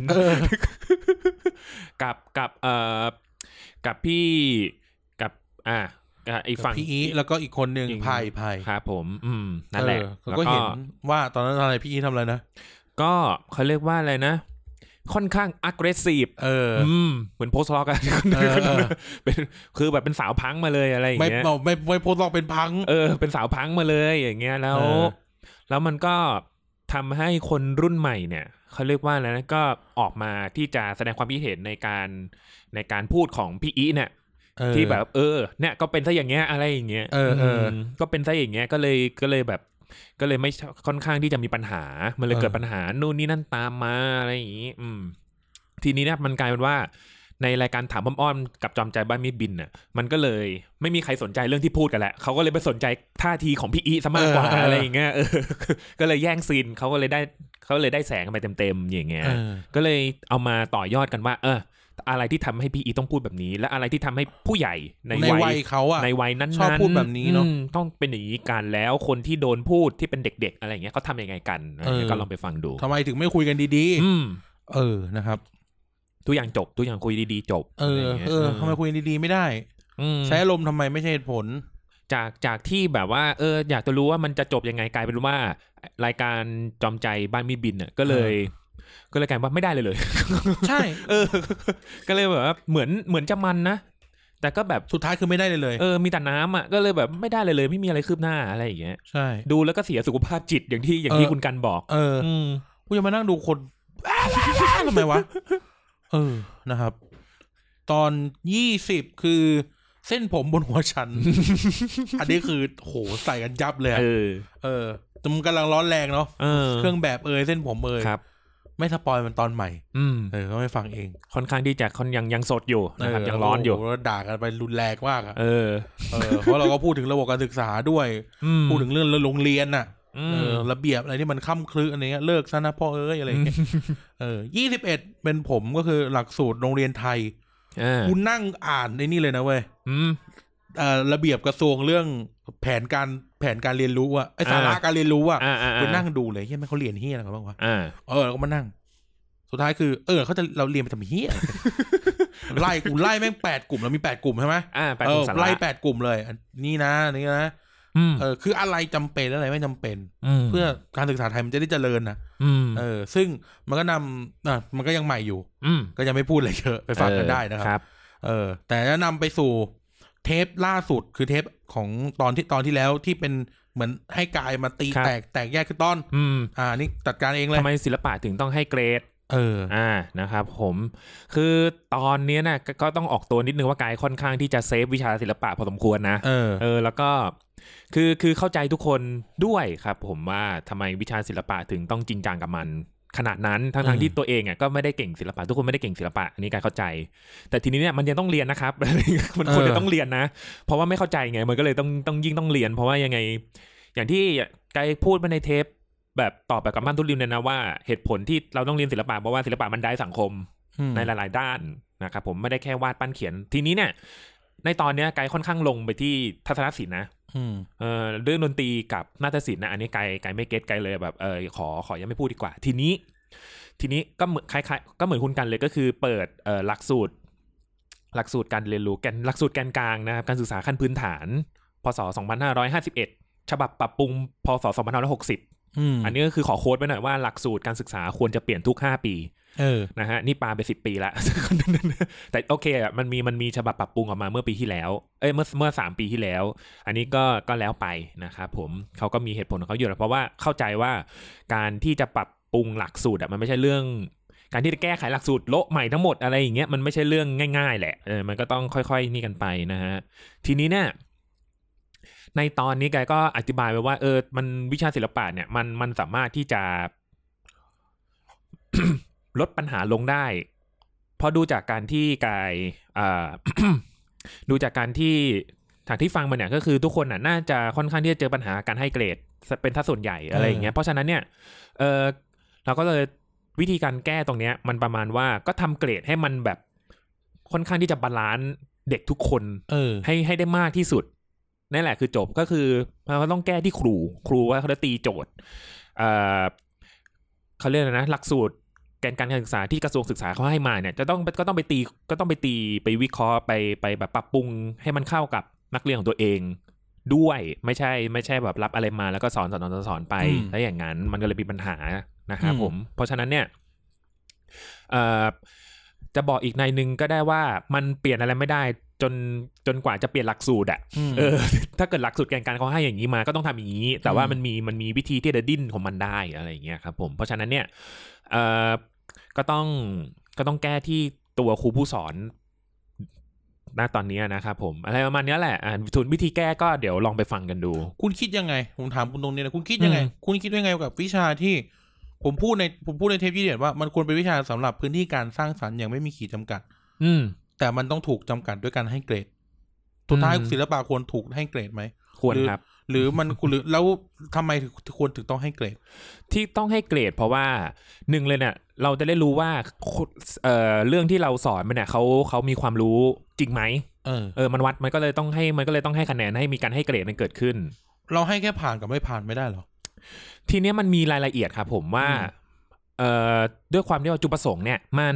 กับกับเอ่อกับพี่กับอ่าอีกฝั่งพี่อีแล้วก็อีกคนหนึ่งไผ่ไผ่ครับผมอืมนั่นแหละก็เห็นว่าตอนนั้นอะไรพี่อีทำอะไรนะก็เขาเรียกว่าอะไรนะค่อนข้าง aggressive เอออืมเหมือนโพสต์ล็อกอะเป็นคือแบบเป็นสาวพังมาเลยอะไรอย่างเงี้ยไม่ไม่ไม่โพสต์ล็อกเป็นพังเออเป็นสาวพังมาเลยอย่างเงี้ยแล้วแล้วมันก็ทำให้คนรุ่นใหม่เนี่ยเขาเรียกว่าอะไรนะก็ออกมาที่จะแสดงความคิดเห็นในการในการพูดของพี่อีเนี่ยที่แบบเออเนี่ยก็เป็นซะอย่างเงี้ยอะไรอย่างเงี้ยเออเออก็เป็นซะอย่างเงี้ยก็เลยก็เลยแบบก็เลยไม่ค่อนข้างที่จะมีปัญหามันเลยเกิดปัญหานู่นนี่นั่นตามมาอะไรอย่างงี้อืมทีนี้เนี่ยมันกลายเป็นว่าในรายการถามอ้อมๆกับจอมใจบ้านมีดบินเนี่ยมันก็เลยไม่มีใครสนใจเรื่องที่พูดกันแหละเขาก็เลยไปสนใจท่าทีของพี่อีซะมากกว่าอะไรอย่างเงี้ยเออก็เลยแย่งซีนเขาก็เลยได้เขาเลยได้แสงไปเต็มๆอย่างเงี้ยก็เลยเอามาต่อยอดกันว่าเอออะไรที่ทำให้พี่อีต้องพูดแบบนี้และอะไรที่ทำให้ผู้ใหญ่ในวัยเขาอะในวัยนั้นชอบพูดแบบนี้เนาะต้องเป็นอย่างนี้กันแล้วคนที่โดนพูดที่เป็นเด็กๆอะไรอย่างเงี้ยเขาทำยังไงกันก็ลองไปฟังดูทำไมถึงไม่คุยกันดีๆเออนะครับทุกอย่างจบทุกอย่างคุยดีๆจบเออเออทำไมคุยดีๆไม่ได้ใช้อารมณ์ทำไมไม่ใช่เหตุผลจากจากที่แบบว่าเอออยากจะรู้ว่ามันจะจบยังไงกลายเป็นว่ารายการจอมใจบ้านมีดบินเนี่ยก็เลยก็เลยกลายว่าไม่ได้เลยเลยใช่เออก็เลยแบบว่าเหมือนเหมือนจะมันนะแต่ก็แบบสุดท้ายคือไม่ได้เลยเลยเออมีแต่น้ำอ่ะก็เลยแบบไม่ได้เลยเลยไม่มีอะไรคืบหน้าอะไรอย่างเงี้ยใช่ดูแล้วก็เสียสุขภาพจิตอย่างที่อย่างที่คุณกันบอกเออกูจะมานั่งดูคนทำไมวะเออนะครับตอนยี่สิบคือเส้นผมบนหัวฉัน อันนี้คือโหใส่กันยับเลยเออเออแต่มันกำลังร้อนแรงเนาะเครื่องแบบเอยเส้นผมเอยไม่สปอยมันตอนใหม่เออก็ไม่ฟังเองค่อนข้างที่จะคนยังยังสดอยู่นะครับยังร้อนอยู่แล้วด่ากันไปรุนแรงมากอ่ะเออเออเพราะเราก็พูดถึงระบบการศึกษาด้วยพูดถึงเรื่องโรงเรียนน่ะเออระเบียบอะไรที่มันค่ำคลึอะไรเงี้ยเลิกซะนะพ่อเอ้ยอะไรเงี้ยเออยี่สิบเอ็ดเป็นผมก็คือหลักสูตรโรงเรียนไทยกูนั่งอ่านในนี่เลยนะเว้ยระเบียบกระทรวงเรื่องแผนการแผนการเรียนรู้อะไอสาระการเรียนรู้อะกูนั่งดูเลยเฮ้ยมันเขาเรียนเฮี้ยอะไรกันบ้างวะเออแล้วก็มานั่งสุดท้ายคือเออเขาจะเราเรียนไปทำเฮี้ยไล่กูไล่แม่งแปดกลุ่มเรามีแปดกลุ่มใช่ไหมเออไล่แปดกลุ่มเลยนี่นะนี่นะเออคืออะไรจำเป็นอะไรไม่จำเป็นเพื่อการศึกษาไทยมันจะได้เจริญนะเออซึ่งมันก็นำอ่ะมันก็ยังใหม่อยู่ก็ยังไม่พูดอะไรเยอะไปฟังกันได้นะครับเออแต่จะนำไปสู่เทปล่าสุดคือเทปของตอนที่ตอนที่แล้วที่เป็นเหมือนให้กายมาตีแตกแตกแยกคือต้นอ่านี่จัดการเองเลยทำไมศิลปะถึงต้องให้เกรดเอออ่านะครับผมคือตอนนี้นะก็ต้องออกตัวนิดนึงว่ากายค่อนข้างที่จะเซฟวิชาศิลปะพอสมควรนะเออเออแล้วก็คือคือเข้าใจทุกคนด้วยครับผมว่าทำไมวิชาศิลปะถึงต้องจริงจังกับมันขนาดนั้นทั้งทางที่ตัวเองอ่ะก็ไม่ได้เก่งศิลปะทุกคนไม่ได้เก่งศิลปะอันนี้กายเข้าใจแต่ทีนี้เนี่ยมันยังต้องเรียนนะครับ มันควรจะต้องเรียนนะเพราะว่าไม่เข้าใจไงมันก็เลยต้องต้องยิ่งต้องเรียนเพราะว่ายังไงอย่างที่กายพูดมาในเทปแบบตอบแบบกับบ้านทุลินเนี่ยนะว่าเหตุผลที่เราต้องเรียนศิลปะเพราะว่าศิลปะมันได้สังคมในหลายๆด้านนะครับผมไม่ได้แค่วาดปั้นเขียนทีนี้เนี่ยในตอนนี้กายค่อนข้างลงไปที่ทัศนศิลป์นะเออเรื่องดนตรีกับนาฏศิลป์นะอันนี้ไกลไกลไม่เก็ตไกลเลยแบบเออขอขอยังไม่พูดดีกว่าทีนี้ทีนี้ก็เหมือนคล้ายๆก็เหมือนคุณกันเลยก็คือเปิดเอ่อหลักสูตรหลักสูตรการเรียนรู้แกนหลักสูตรแกนกลางนะครับการศึกษาขั้นพื้นฐานพศสองพันห้าร้อยห้าสิบเอ็ดฉบับปรับปรุงพศสองพันห้าร้อยหกสิบอันนี้ก็คือขอโค้ดไว้หน่อยว่าหลักสูตรการศึกษาควรจะเปลี่ยนทุกห้าปีเออนะฮะนี่ปาไปสิบปีละ แต่โอเคอ่ะมันมีมันมีฉบับปรับปรุงออกมาเมื่อปีที่แล้วเอ้ยเมื่อเมื่อสามปีที่แล้วอันนี้ก็ก็แล้วไปนะครับผมเขาก็มีเหตุผลของเขาอยู่แล้วเพราะว่าเข้าใจว่าการที่จะปรับปรุงหลักสูตรอ่ะมันไม่ใช่เรื่องการที่จะแก้ไขหลักสูตรโละใหม่ทั้งหมดอะไรอย่างเงี้ยมันไม่ใช่เรื่องง่ายๆแหละเออมันก็ต้องค่อยๆนี่กันไปนะฮะทีนี้เนี่ยในตอนนี้แกก็อธิบายไว้ว่าเออมันวิชาศิลปะเนี่ยมันมันสามารถที่จะ ลดปัญหาลงได้เพราะดูจากการที่กาย ดูจากการที่จากที่ฟังมาเนี่ยก็คือทุกคนน่ะน่าจะค่อนข้างที่จะเจอปัญหาการให้เกรดเป็นท่าส่วนใหญ่อะไรอย่างเงี้ยเพราะฉะนั้นเนี่ยเออเราก็เลยวิธีการแก้ตรงเนี้ยมันประมาณว่าก็ทำเกรดให้มันแบบค่อนข้างที่จะบาลานซ์เด็กทุกคนเออให้ให้ได้มากที่สุดนั่นแหละคือจบก็คือเราต้องแก้ที่ครูครูว่าเขาจะตีโจทย์เออเขาเรียกอะไรนะหลักสูตรแกนการศึกษาที่กระทรวงศึกษาเขาให้มาเนี่ยจะต้องก็ต้องไปตีก็ต้องไปตีไปวิเคราะห์ไปไปแบบปรับปรุงให้มันเข้ากับนักเรียนของตัวเองด้วยไม่ใช่ไม่ใช่แบบรับอะไรมาแล้วก็สอนสอนสอนสอนไปแล้วอย่างนั้นมันก็เลยมีปัญหานะครับผมเพราะฉะนั้นเนี่ยเอ่อจะบอกอีกในนึงก็ได้ว่ามันเปลี่ยนอะไรไม่ได้จนจนกว่าจะเปลี่ยนหลักสูตรอ่ะเออถ้าเกิดหลักสูตรแกนการเขาให้อย่างนี้มาก็ต้องทำอย่างนี้แต่ว่ามันมีมันมีวิธีที่จะดิ้นของมันได้อะไรอย่างเงี้ยครับผมเพราะฉะนั้นเนี่ยเอ่อก็ต้องก็ต้องแก้ที่ตัวครูผู้สอนณตอนนี้นะครับผมอะไรประมาณนี้แหละอ่าส่วนวิธีแก้ก็เดี๋ยวลองไปฟังกันดูคุณคิดยังไงผมถามคุณตรงนี้นะคุณคิดยังไงคุณคิดยังไงกับวิชาที่ผมพูดในผมพูดในเทปที่เดียดว่ามันควรเป็นวิชาสำหรับพื้นที่การสร้างสรรค์อย่างไม่มีขีดจำกัดอืมแต่มันต้องถูกจำกัดด้วยการให้เกรดสุดท้ายศิลปะควรถูกให้เกรดไหมควรครับหรือมันหรือแล้วทำไมถึงควรถึงต้องให้เกรดที่ต้องให้เกรดเพราะว่าหนึ่งเลยเนี่ยเราจะได้รู้ว่าเอ่อเรื่องที่เราสอนมันเนี่ยเขาเขามีความรู้จริงไหมเออเออมันวัดมันก็เลยต้องให้มันก็เลยต้องให้คะแนนให้มีการให้เกรดมันเกิดขึ้นเราให้แค่ผ่านกับไม่ผ่านไม่ได้หรอทีนี้มันมีรายละเอียดครับผมว่าเอ่อด้วยความที่ว่าจุดประสงค์เนี่ยมัน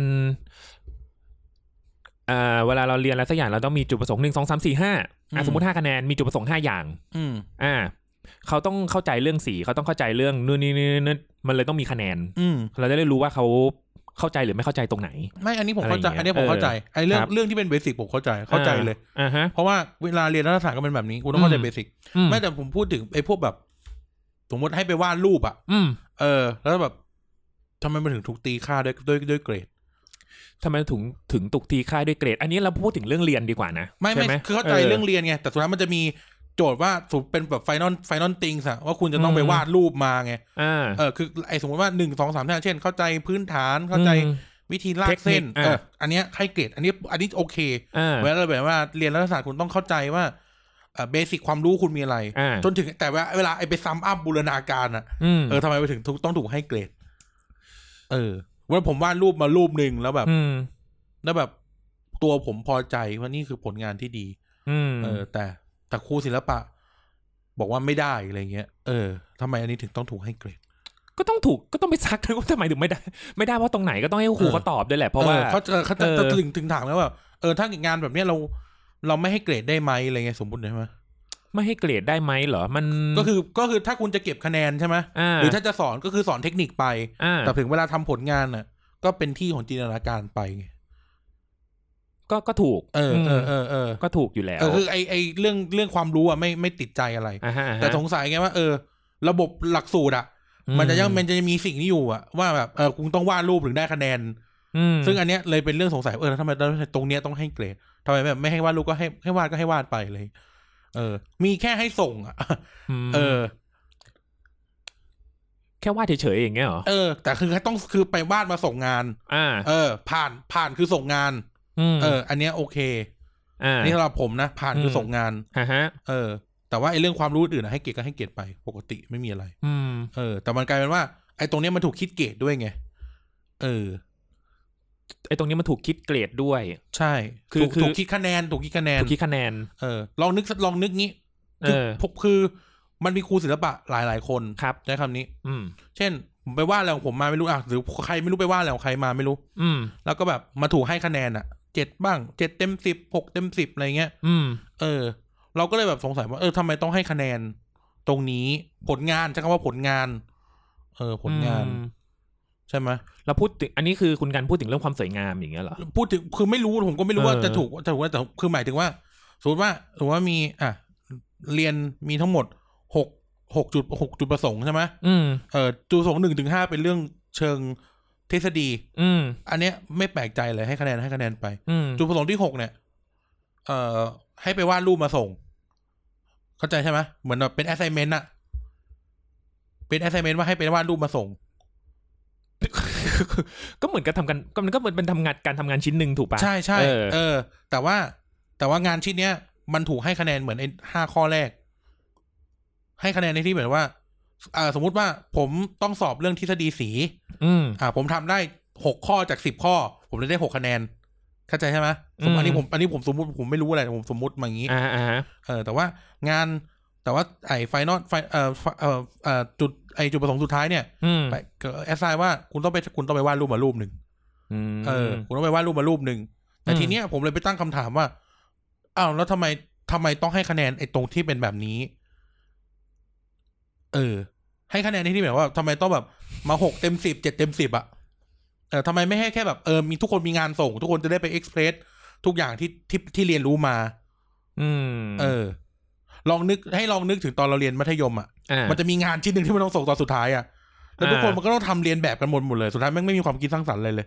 เอ่อเวลาเราเรียนอะไรสักอย่างเราต้องมีจุดประสงค์หนึ่งสองสามสี่ห้าอ่ะสมมติห้าคะแนนมีจุดประสงค์ห้าอย่างอืมอ่าเขาต้องเข้าใจเรื่องสีเขาต้องเข้าใจเรื่องนู่นนี่นี่มันเลยต้องมีคะแนนอืมเราจะได้รู้ว่าเขาเข้าใจหรือไม่เข้าใจตรงไหนไม่อันนี้ผมเข้าใจอันนี้ผมเข้าใจไอ้เรื่องเรื่องที่เป็นเบสิกผมเข้าใจเข้าใจเลยอ่าฮะเพราะว่าเวลาเรียนรัฐศาสตร์ก็เป็นแบบนี้คุณต้องเข้าใจเบสิกไม่แต่ผมพูดถึงไอ้พวกแบบสมมติให้ไปวาดรูปอ่ะอืมเออแล้วแบบทำไมมันถึงถูกตีค่าด้วยด้วยด้วยเกรดทำไมถึงถึงถูกตีค่าด้วยเกรดอันนี้เราพูดถึงเรื่องเรียนดีกว่านะไม่ไม่คือเข้าใจเรื่องเรียนไงแต่สุดท้ายมันจะมีโจทย์ว่าสมมติเป็นแบบไฟนอลไฟนอลติงส์อะว่าคุณจะต้องไปวาดรูปมาไงเออคือไอ้สมมติว่าหนึ่งสองสามเช่นเข้าใจพื้นฐานเข้าใจวิธีลากเส้นเอออันเนี้ยให้เกรดอันนี้อันนี้โอเคเวลาแบบว่าเรียนรัฐศาสตร์คุณต้องเข้าใจว่าเบสิกความรู้คุณมีอะไรจนถึงแต่ว่าเวลาไอ้ไปซัมอัพบูรณาการอ่ะเออทำไมไปถึงต้องถูกให้เกรดเออว่าผมวาดรูปมารูปหนึ่งแล้วแบบแล้วแบบตัวผมพอใจว่านี่คือผลงานที่ดีเออแต่แต่ครูศิลปะบอกว่าไม่ได้อะไรเงี้ยเออทำไมอันนี้ถึงต้องถูกให้เกรดก็ต้องถูกก็ต้องไปซักว่าทำไมถึงไม่ได้ไม่ได้เพราะตรงไหนก็ต้องให้ครูเขาตอบด้วยแหละเพราะว่าเขาเขาจะถึงถึงถามแล้วว่าเออถ้างานแบบนี้เราเราไม่ให้เกรดได้ไหมอะไรเงี้ยสมมติใช่ไหมไม่ให้เกรดได้ไหมเหรอมันก็คือก็คือถ้าคุณจะเก็บคะแนนใช่ไหมหรือถ้าจะสอนก็คือสอนเทคนิคไปแต่ถึงเวลาทำผลงานน่ะก็เป็นที่ของจินตนาการไปไงก็ก็ถูกเออเออเออเออก็ถูกอยู่แล้วเออคือไอไอเรื่องเรื่องความรู้อ่ะไม่ไม่ติดใจอะไรแต่สงสัยไงว่าเออระบบหลักสูตรอ่ะมันจะยังมันจะมีสิ่งนี้อยู่อ่ะว่าแบบเออคุณต้องวาดรูปถึงได้คะแนนซึ่งอันเนี้ยเลยเป็นเรื่องสงสัยเออทำไมตรงเนี้ยต้องให้เกรดทำไมแบบไม่ให้วาดรูปก็ให้ให้วาดก็ให้วาดไปเลยเออมีแค่ให้ส่งอ่ะเออแค่วาดเฉยๆอย่างเงี้ยเหรอเออแต่คือต้องคือไปวาดมาส่งงานอ่าเออผ่านผ่านคือส่งงานเอออันเนี้ยโอเคอ่านี่สำหรับผมนะผ่านคือส่งงานฮะเออแต่ว่าไอ้เรื่องความรู้อื่นนะให้เกรดก็ให้เกรดไปปกติไม่มีอะไรอืมเออแต่มันกลายเป็นว่าไอ้ตรงเนี้ยมันถูกคิดเกรดด้วยไงเออไอ้ตรงนี้มันถูกคิดเกรดด้วยใช่คือถูกคิดคะแนนถูกคิดคะแนนถูกคิดคะแนนเออลองนึกลองนึกงี้คือคือมันมีครูศิลปะหลายๆคนครับใช้คำนี้อืมเช่นผมไปวาดอะไรของผมมาไม่รู้อ่ะหรือใครไม่รู้ไปวาดอะไรของใครมาไม่รู้อืมแล้วก็แบบมาถูกให้คะแนนอ่ะเจ็ดบ้างเจ็ดเต็มสิบหกเต็มสิบอะไรเงี้ยอืมเออเราก็เลยแบบสงสัยว่าเออทำไมต้องให้คะแนนตรงนี้ผลงานใช้คำว่าผลงานเออผลงานใช่ไหมเราพูดถึงอันนี้คือคุณกันพูดถึงเรื่องความสวยงามอย่างเงี้ยเหรอพูดถึงคือไม่รู้ผมก็ไม่รู้ว่าจะถูกจะถูกแต่คือหมายถึงว่าสมมติว่าสมมติว่ามีอ่ะเรียนมีทั้งหมดหกหกจุดหกจุดประสงค์ใช่ไหมอืมเออจุดประสงค์หนึ่งถึงห้าเป็นเรื่องเชิงทฤษฎีอืมอันเนี้ยไม่แปลกใจเลยให้คะแนนให้คะแนนไปจุดประสงค์ที่หกเนี่ยเอ่อให้ไปวาดรูปมาส่งเข้าใจใช่ไหมเหมือนแบบเป็น assignment อะเป็น assignment ว่าให้ไปวาดรูปมาส่งก็เหมือนกับทำกันก็มันก็เหมือนเป็นทำงานการทำงานชิ้นหนึ่งถูกปะใช่ใช่เออแต่ว่าแต่ว่างานชิ้นเนี้ยมันถูกให้คะแนนเหมือนไอ้ห้าข้อแรกให้คะแนนในที่แบบว่าอ่าสมมุติว่าผมต้องสอบเรื่องทฤษฎีสีอืมอ่าผมทำได้หกข้อจากสิบข้อผมเลยได้หกคะแนนเข้าใจใช่ไหมอันนี้ผมอันนี้ผมสมมุติผมไม่รู้อะไรผมสมมุติมาอย่างนี้อ่าอ่าเออแต่ว่างานแต่ว่าไอ้ไฟนอลไฟเอ่อเอ่อเอ่อจุดไอ้จุดประสงค์สุดท้ายเนี่ยไปแอสไซน์ว่าคุณต้องไปคุณต้องไปวาดรูปมารูปหนึ่งเออคุณต้องไปวาดรูปมารูปหนึ่งแต่ทีเนี้ยผมเลยไปตั้งคำถามว่าอ้าวแล้วทำไมทำไมต้องให้คะแนนไอ้ตรงที่เป็นแบบนี้เออให้คะแนนที่แบบว่าทำไมต้องแบบมาหกเต็มสิบเจ็ดเต็มสิบอ่ะเออทำไมไม่ให้แค่แบบเออมีทุกคนมีงานส่งทุกคนจะได้ไปเอ็กซ์เพรสทุกอย่างที่ที่ที่เรียนรู้มาอืมเออลองนึกให้ลองนึกถึงตอนเราเรียนมัธยมอ่ะมันจะมีงานชิ้นหนึ่งที่มันต้องส่งตอนสุดท้ายอ่ะแล้วทุกคนมันก็ต้องทำเรียนแบบกันหมดหมดเลยสุดท้ายแม่งไม่มีความคิดสร้างสรรค์เลยเลย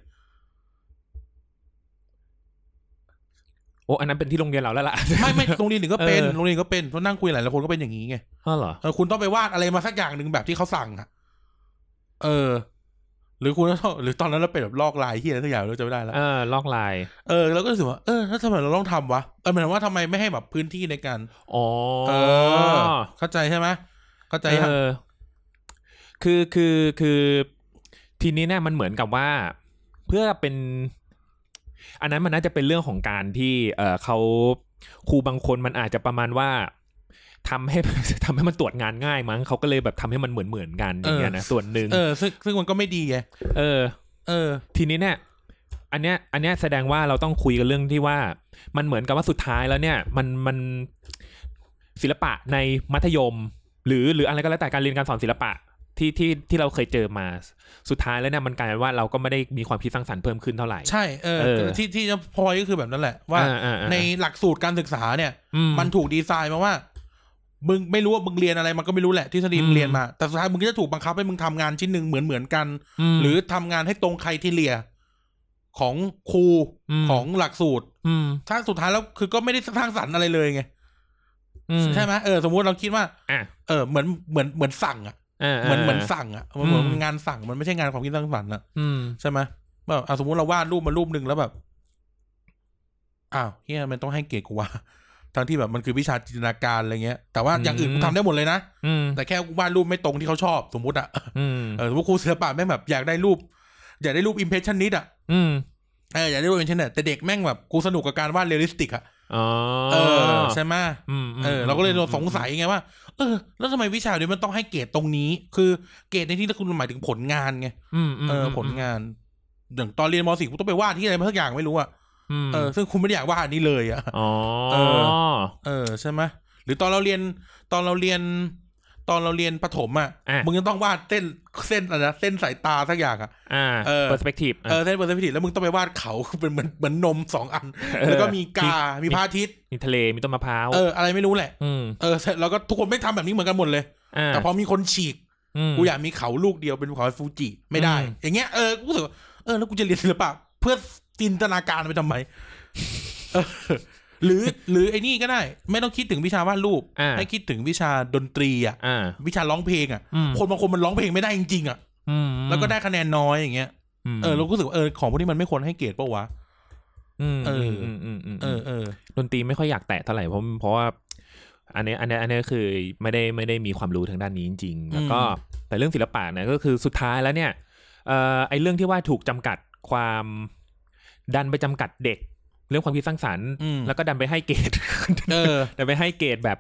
โอ้อันนั้นเป็นที่โรงเรียนเราแล้วล่ะไม่ไม่โรงเรียนหนึ่งก็เป็นโรงเรียนก็เป็นเพราะนั่งคุยหลายคนก็เป็นอย่างนี้ไงอ๋อเหรอเออคุณต้องไปวาดอะไรมาสักอย่างหนึ่งแบบที่เขาสั่งอ่ะเออหรือคุณต้องหรือตอนนั้นเราเป็นแบบลอกลายที่อะไรสักอย่างเราจะไม่ได้แล้วเออลอกลายเออแล้วก็รู้สึกว่าเออแล้วทำไมเราต้องทำวะเออหมายถึงว่าทำไมไม่ให้แบบพื้นที่ในการอ๋อเออเข้าใจใช่ไหมเข้าใจเออคือคือคือทีนี้เนี่ยมันเหมือนกับว่าเพื่อเป็นอันนั้นมันน่าจะเป็นเรื่องของการที่เออเขาครูบางคนมันอาจจะประมาณว่าทำให้ทำให้มันตรวจงานง่ายมั้งเขาก็เลยแบบทำให้มันเหมือนเหมือนกันอย่างเงี้ยนะส่วนหนึ่งเออซึ่งซึ่งมันก็ไม่ดีไงเออเออทีนี้เนี่ยอันเนี้ยอันเนี้ยแสดงว่าเราต้องคุยกันเรื่องที่ว่ามันเหมือนกับว่าสุดท้ายแล้วเนี่ยมันมันศิลปะในมัธยมหรือหรืออะไรก็แล้วแต่การเรียนการสอนศิลปะที่ที่ที่เราเคยเจอมาสุดท้ายแล้วเนี่ยมันกลายเป็นว่าเราก็ไม่ได้มีความคิดสร้างสรรค์เพิ่มขึ้นเท่าไหร่ใช่เออที่ที่จะพอยก็คือแบบนั้นแหละว่าในหลักสูตรการศึกษาเนี่ยมันถูกดีไซน์มาว่ามึงไม่รู้ว่ามึงเรียนอะไรมันก็ไม่รู้แหละทฤษฎีมึงเรียนมาแต่สุดท้ายมึงก็จะถูกบังคับให้มึงทำงานชิ้นหนึ่งเหมือนเหมือนกันหรือทำงานให้ตรงใครที่เรียของครูของหลักสูตรถ้าสุดท้ายแล้วคือก็ไม่ได้สร้างสรรค์อะไรเลยไงใช่ไหมเออสมมุติเราคิดว่าเออเหมือนเหมือนเหมือนสั่งอ่ะเหมือนเหมือนสั่งอ่ะมันเหมือนงานสั่งมันไม่ใช่งานความคิดสร้างสรรค์อ่ะใช่ไหมแบบสมมุติเราวาดรูปมารูปหนึ่งแล้วแบบอ้าวเฮียมันต้องให้เกียรติกูวะทั้งที่แบบมันคือวิชาจินตนาการอะไรเงี้ยแต่ว่าอย่างอื่นกูทำได้หมดเลยนะแต่แค่วาดรูปไม่ตรงที่เขาชอบสมมุติอ่ะเออสมมติครูศิลปะแม่งแบบอยากได้รูปอยากได้รูปอิมเพรสชันนิสต์อ่ะเอออยากได้รูปอิมเพรสชันนิสต์แต่เด็กแม่งแบบกูสนุกกับการวาดเรียลลิสติกอ่ะเออใช่ไหมเออเราก็เลยสงสัยไงว่าเออแล้วทำไมวิชาเนี้ยมันต้องให้เกรดตรงนี้คือเกรดในที่นี้คุณหมายถึงผลงานไงเออผลงานอย่างตอนเรียนม.สี่กูต้องไปวาดที่อะไรมาสักอย่างไม่รู้อ่ะเออซึ่งคุณไม่ได้อยากวาดอันนี้เลยอ่ะเออเออใช่ไหมหรือตอนเราเรียนตอนเราเรียนตอนเราเรียนประถมอ่ะมึงจะต้องวาดเส้นเส้นอะไรนะเส้นสายตาสักอย่างอ่ะเออ perspective เออเส้น perspective แล้วมึงต้องไปวาดเขาเป็นเหมือนเหมือนนมสองอันแล้วก็มีกามีพระอาทิตย์มีทะเลมีต้นมะพร้าวเอออะไรไม่รู้แหละเออแล้วก็ทุกคนไม่ทำแบบนี้เหมือนกันหมดเลยแต่พอมีคนฉีกกูอยากมีเขาลูกเดียวเป็นเขาฟูจิไม่ได้อย่างเงี้ยเออกูรู้สึกเออแล้วกูจะเรียนศิลปะเพื่อจินตนาการไปทำไมหรือหรือไอ้นี่ก็ได้ไม่ต้องคิดถึงวิชาวาดรูปให้คิดถึงวิชาดนตรีอ่ะวิชาร้องเพลงอ่ะคนบางคนมันร้องเพลงไม่ได้จริงๆอ่ะแล้วก็ได้คะแนนน้อยอย่างเงี้ยเออเราก็รู้สึกเออของพวกนี้มันไม่ควรให้เกรดป่ะวะเออเออเออดนตรีไม่ค่อยอยากแตะเท่าไหร่เพราะเพราะว่าอันนี้อันนี้อันนี้คือไม่ได้ไม่ได้มีความรู้ทางด้านนี้จริงๆแล้วก็แต่เรื่องศิลปะเนี่ยก็คือสุดท้ายแล้วเนี่ยเอ่อไอ้เรื่องที่ว่าถูกจำกัดความดันไปจำกัดเด็กเรื่องความคิดสร้างสรรค์แล้วก็ดันไปให้เกรดดันไปให้เกรดแบบ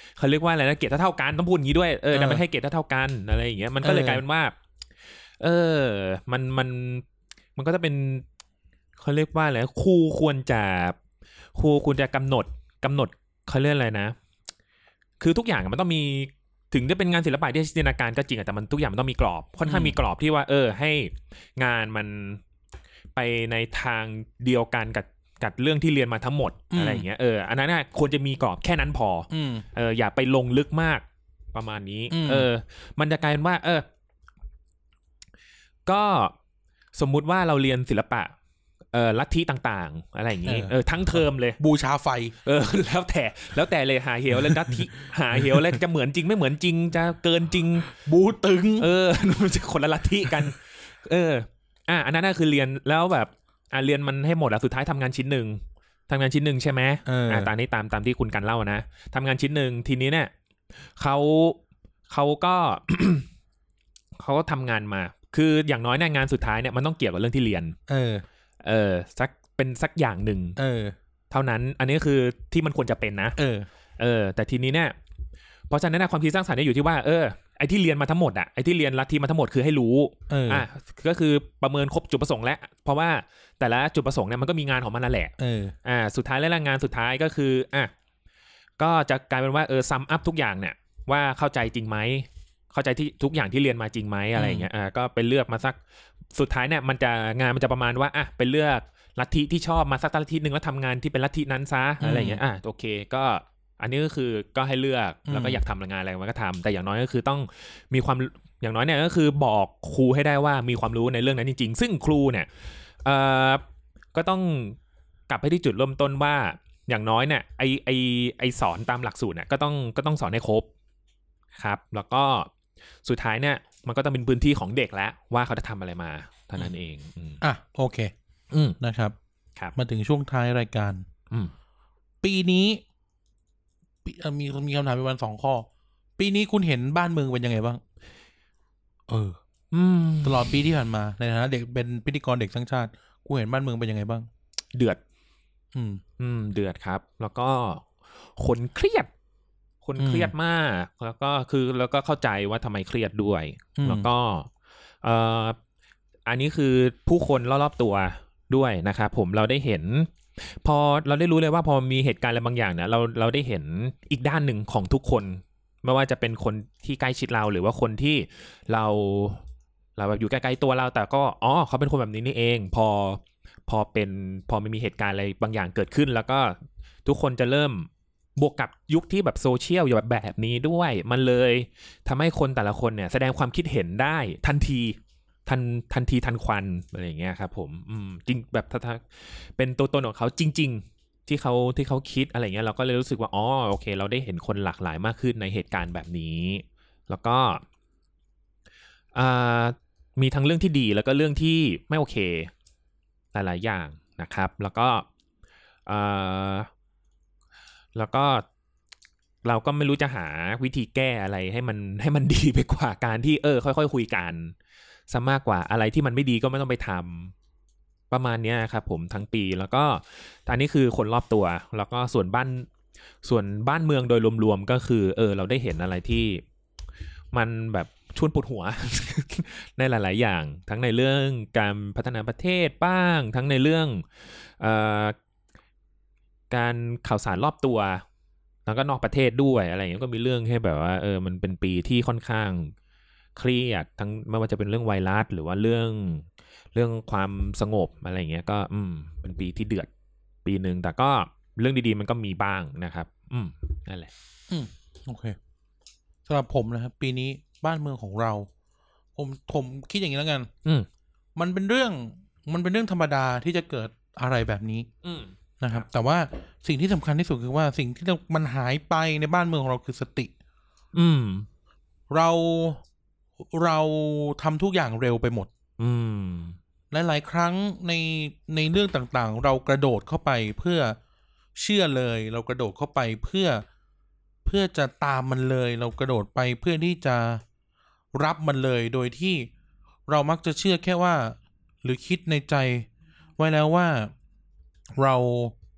เขาเรียกว่าอะไรนะเกรดเท่าๆกันต้องพูดอย่างนี้ด้วยเออดันไปให้เกรดเท่าๆกันอะไรอย่างเงี้ยมันก็เลยกลายเป็นว่าเออมันมันมันก็จะเป็นเขาเรียกว่าอะไรครูควรจะครูควรจะกำหนดกำหนดเขาเรียกอะไรนะคือทุกอย่างมันต้องมีถึงจะเป็นงานศิลปะที่จินตนาการก็จริงแต่มันทุกอย่างมันต้องมีกรอบค่อนข้างมีกรอบที่ว่าเออให้งานมันไปในทางเดียวกันกับกับเรื่องที่เรียนมาทั้งหมดอะไรอย่างเงี้ยเอออันนั้นน่ะควรจะมีกรอบแค่นั้นพอเอออย่าไปลงลึกมากประมาณนี้เออมันจะกลายเป็นว่าเออก็สมมุติว่าเราเรียนศิลปะเออลัทธิต่างๆอะไรอย่างงี้เออทั้งเทอมเลยบูชาไฟเออแล้วแต่แล้วแต่เลยหาเหวแล้วลัทธิหาเหวแล้วจะเหมือนจริงไม่เหมือนจริงจะเกินจริงบูตึงเออมันจะคนละลัทธิกันเอออ่ะอันนั้นน่ะคือเรียนแล้วแบบอ่ะเรียนมันให้หมดอ่ะสุดท้ายทำงานชิ้นหนึ่งทำงานชิ้นหนึ่งใช่ไหมอ่ะตามนี้ตามตามที่คุณกันเล่านะทำงานชิ้นหนึ่งทีนี้เนี่ยเขาเขาก็ เขาก็ทำงานมาคืออย่างน้อยเนี่ยงานสุดท้ายเนี่ยมันต้องเกี่ยวกับเรื่องที่เรียนเออเออสักเป็นสักอย่างหนึ่งเออเท่านั้นอันนี้คือที่มันควรจะเป็นนะเออเออแต่ทีนี้เนี่ยเพราะฉะนั้นความคิดสร้างสรรค์เนี่ยอยู่ที่ว่าเออไอ้ที่เรียนมาทั้งหมดอ่ะไอ้ที่เรียนลัทธิมาทั้งหมดคือให้รู้อ่ะก็คือประเมินครบจุดประสงค์แล้วเพราะว่าแต่ละจุดประสงค์เนี่ยมันก็มีงานของมันนั่นแหละเอออ่าสุดท้ายแล้วงานสุดท้ายก็คืออ่ะก็จะกลายเป็นว่าเออซัมอัพทุกอย่างเนี่ยว่าเข้าใจจริงไหมเข้าใจที่ทุกอย่างที่เรียนมาจริงไหมอะไรอย่างเงี้ยอ่าก็ไปเลือกมาสักสุดท้ายเนี่ยมันจะงานมันจะประมาณว่าอ่ะไปเลือกลัทธิที่ชอบมาสักลัทธินึงแล้วทำงานที่เป็นลัทธินั้นซะอะไรอย่างเงี้ยอ่ะโอเคก็อันนี้ก็คือก็ให้เลือกแล้วก็อยากทำงานอะไรมันก็ทำแต่อย่างน้อยก็คือต้องมีความอย่างน้อยเนี่ยก็คือบอกครูให้ได้ว่ามีความรู้ในเรื่องนั้นจริงๆซึ่งครูเนี่ยเอ่อก็ต้องกลับไปที่จุดเริ่มต้นว่าอย่างน้อยเนี่ยไอไอไอสอนตามหลักสูตรเนี่ยก็ต้องก็ต้องสอนให้ครบครับแล้วก็สุดท้ายเนี่ยมันก็ต้องเป็นพื้นที่ของเด็กแล้วว่าเขาจะทำอะไรมาเท่านั้นเองอ่ะโอเคนะครับมาถึงช่วงท้ายรายการปีนี้มีมีคำถามประมาณสองข้อปีนี้คุณเห็นบ้านเมืองเป็นยังไงบ้างเออตลอดปีที่ผ่านมาในฐานะเด็กเป็นพิธีกรเด็กทั้งชาติกูเห็นบ้านเมืองเป็นยังไงบ้างเดือดอืมอืมเดือดครับแล้วก็คนเครียดคนเครียดมากแล้วก็คือแล้วก็เข้าใจว่าทำไมเครียดด้วยแล้วก็เอ่ออันนี้คือผู้คนรอบๆตัวด้วยนะครับผมเราได้เห็นพอเราได้รู้เลยว่าพอมีเหตุการณ์อะไรบางอย่างเนี่ยเราเราได้เห็นอีกด้านหนึ่งของทุกคนไม่ว่าจะเป็นคนที่ใกล้ชิดเราหรือว่าคนที่เราเราแบบอยู่ใกล้ๆตัวเราแต่ก็อ๋อเขาเป็นคนแบบนี้นี่เองพอพอเป็นพอมันมีเหตุการณ์อะไรบางอย่างเกิดขึ้นแล้วก็ทุกคนจะเริ่มบวกกับยุคที่แบบโซเชียลแบบแบบนี้ด้วยมันเลยทำให้คนแต่ละคนเนี่ยแสดงความคิดเห็นได้ทันทีทันทันทีทันควันอะไรอย่างเงี้ยครับผมอืมจริงแบบถ้าเป็นตัวตนของเขาจริงๆที่เขาที่เขาคิดอะไรเงี้ยเราก็เลยรู้สึกว่าอ๋อโอเคเราได้เห็นคนหลากหลายมากขึ้นในเหตุการณ์แบบนี้แล้วก็อ่ามีทั้งเรื่องที่ดีแล้วก็เรื่องที่ไม่โอเคหลายๆอย่างนะครับแล้วก็อ่าแล้วก็เราก็ไม่รู้จะหาวิธีแก้อะไรให้มันให้มันดีไปกว่าการที่เออค่อยๆคุยกันซะมากกว่าอะไรที่มันไม่ดีก็ไม่ต้องไปทำประมาณนี้ครับผมทั้งปีแล้วก็อันนี้คือคนรอบตัวแล้วก็ส่วนบ้านส่วนบ้านเมืองโดยรวมๆก็คือเออเราได้เห็นอะไรที่มันแบบชวนปวดหัว ในหลายๆอย่างทั้งในเรื่องการพัฒนาประเทศบ้างทั้งในเรื่องเอ่อการข่าวสารรอบตัวแล้วก็นอกประเทศด้วยอะไรอย่างเงี้ยก็มีเรื่องให้แบบว่าเออมันเป็นปีที่ค่อนข้างเครียดทั้งไม่ว่าจะเป็นเรื่องไวรัสหรือว่าเรื่องเรื่องความสงบอะไรอย่างเงี้ยก็อืมเป็นปีที่เดือดปีนึงแต่ก็เรื่องดีๆมันก็มีบ้างนะครับอืมนั่นแหละอืมโอเคสำหรับผมนะครับปีนี้บ้านเมืองของเราผมผมคิดอย่างนี้แล้วกันอืมมันเป็นเรื่องมันเป็นเรื่องธรรมดาที่จะเกิดอะไรแบบนี้อืมนะครับแต่ว่าสิ่งที่สำคัญที่สุดคือว่าสิ่งที่มันหายไปในบ้านเมืองของเราคือสติอืมเราเราทำทุกอย่างเร็วไปหมดอืมหลายๆครั้งในในเรื่องต่างๆเรากระโดดเข้าไปเพื่อเชื่อเลยเรากระโดดเข้าไปเพื่อเพื่อจะตามมันเลยเรากระโดดไปเพื่อที่จะรับมันเลยโดยที่เรามักจะเชื่อแค่ว่าหรือคิดในใจไว้แล้วว่าเรา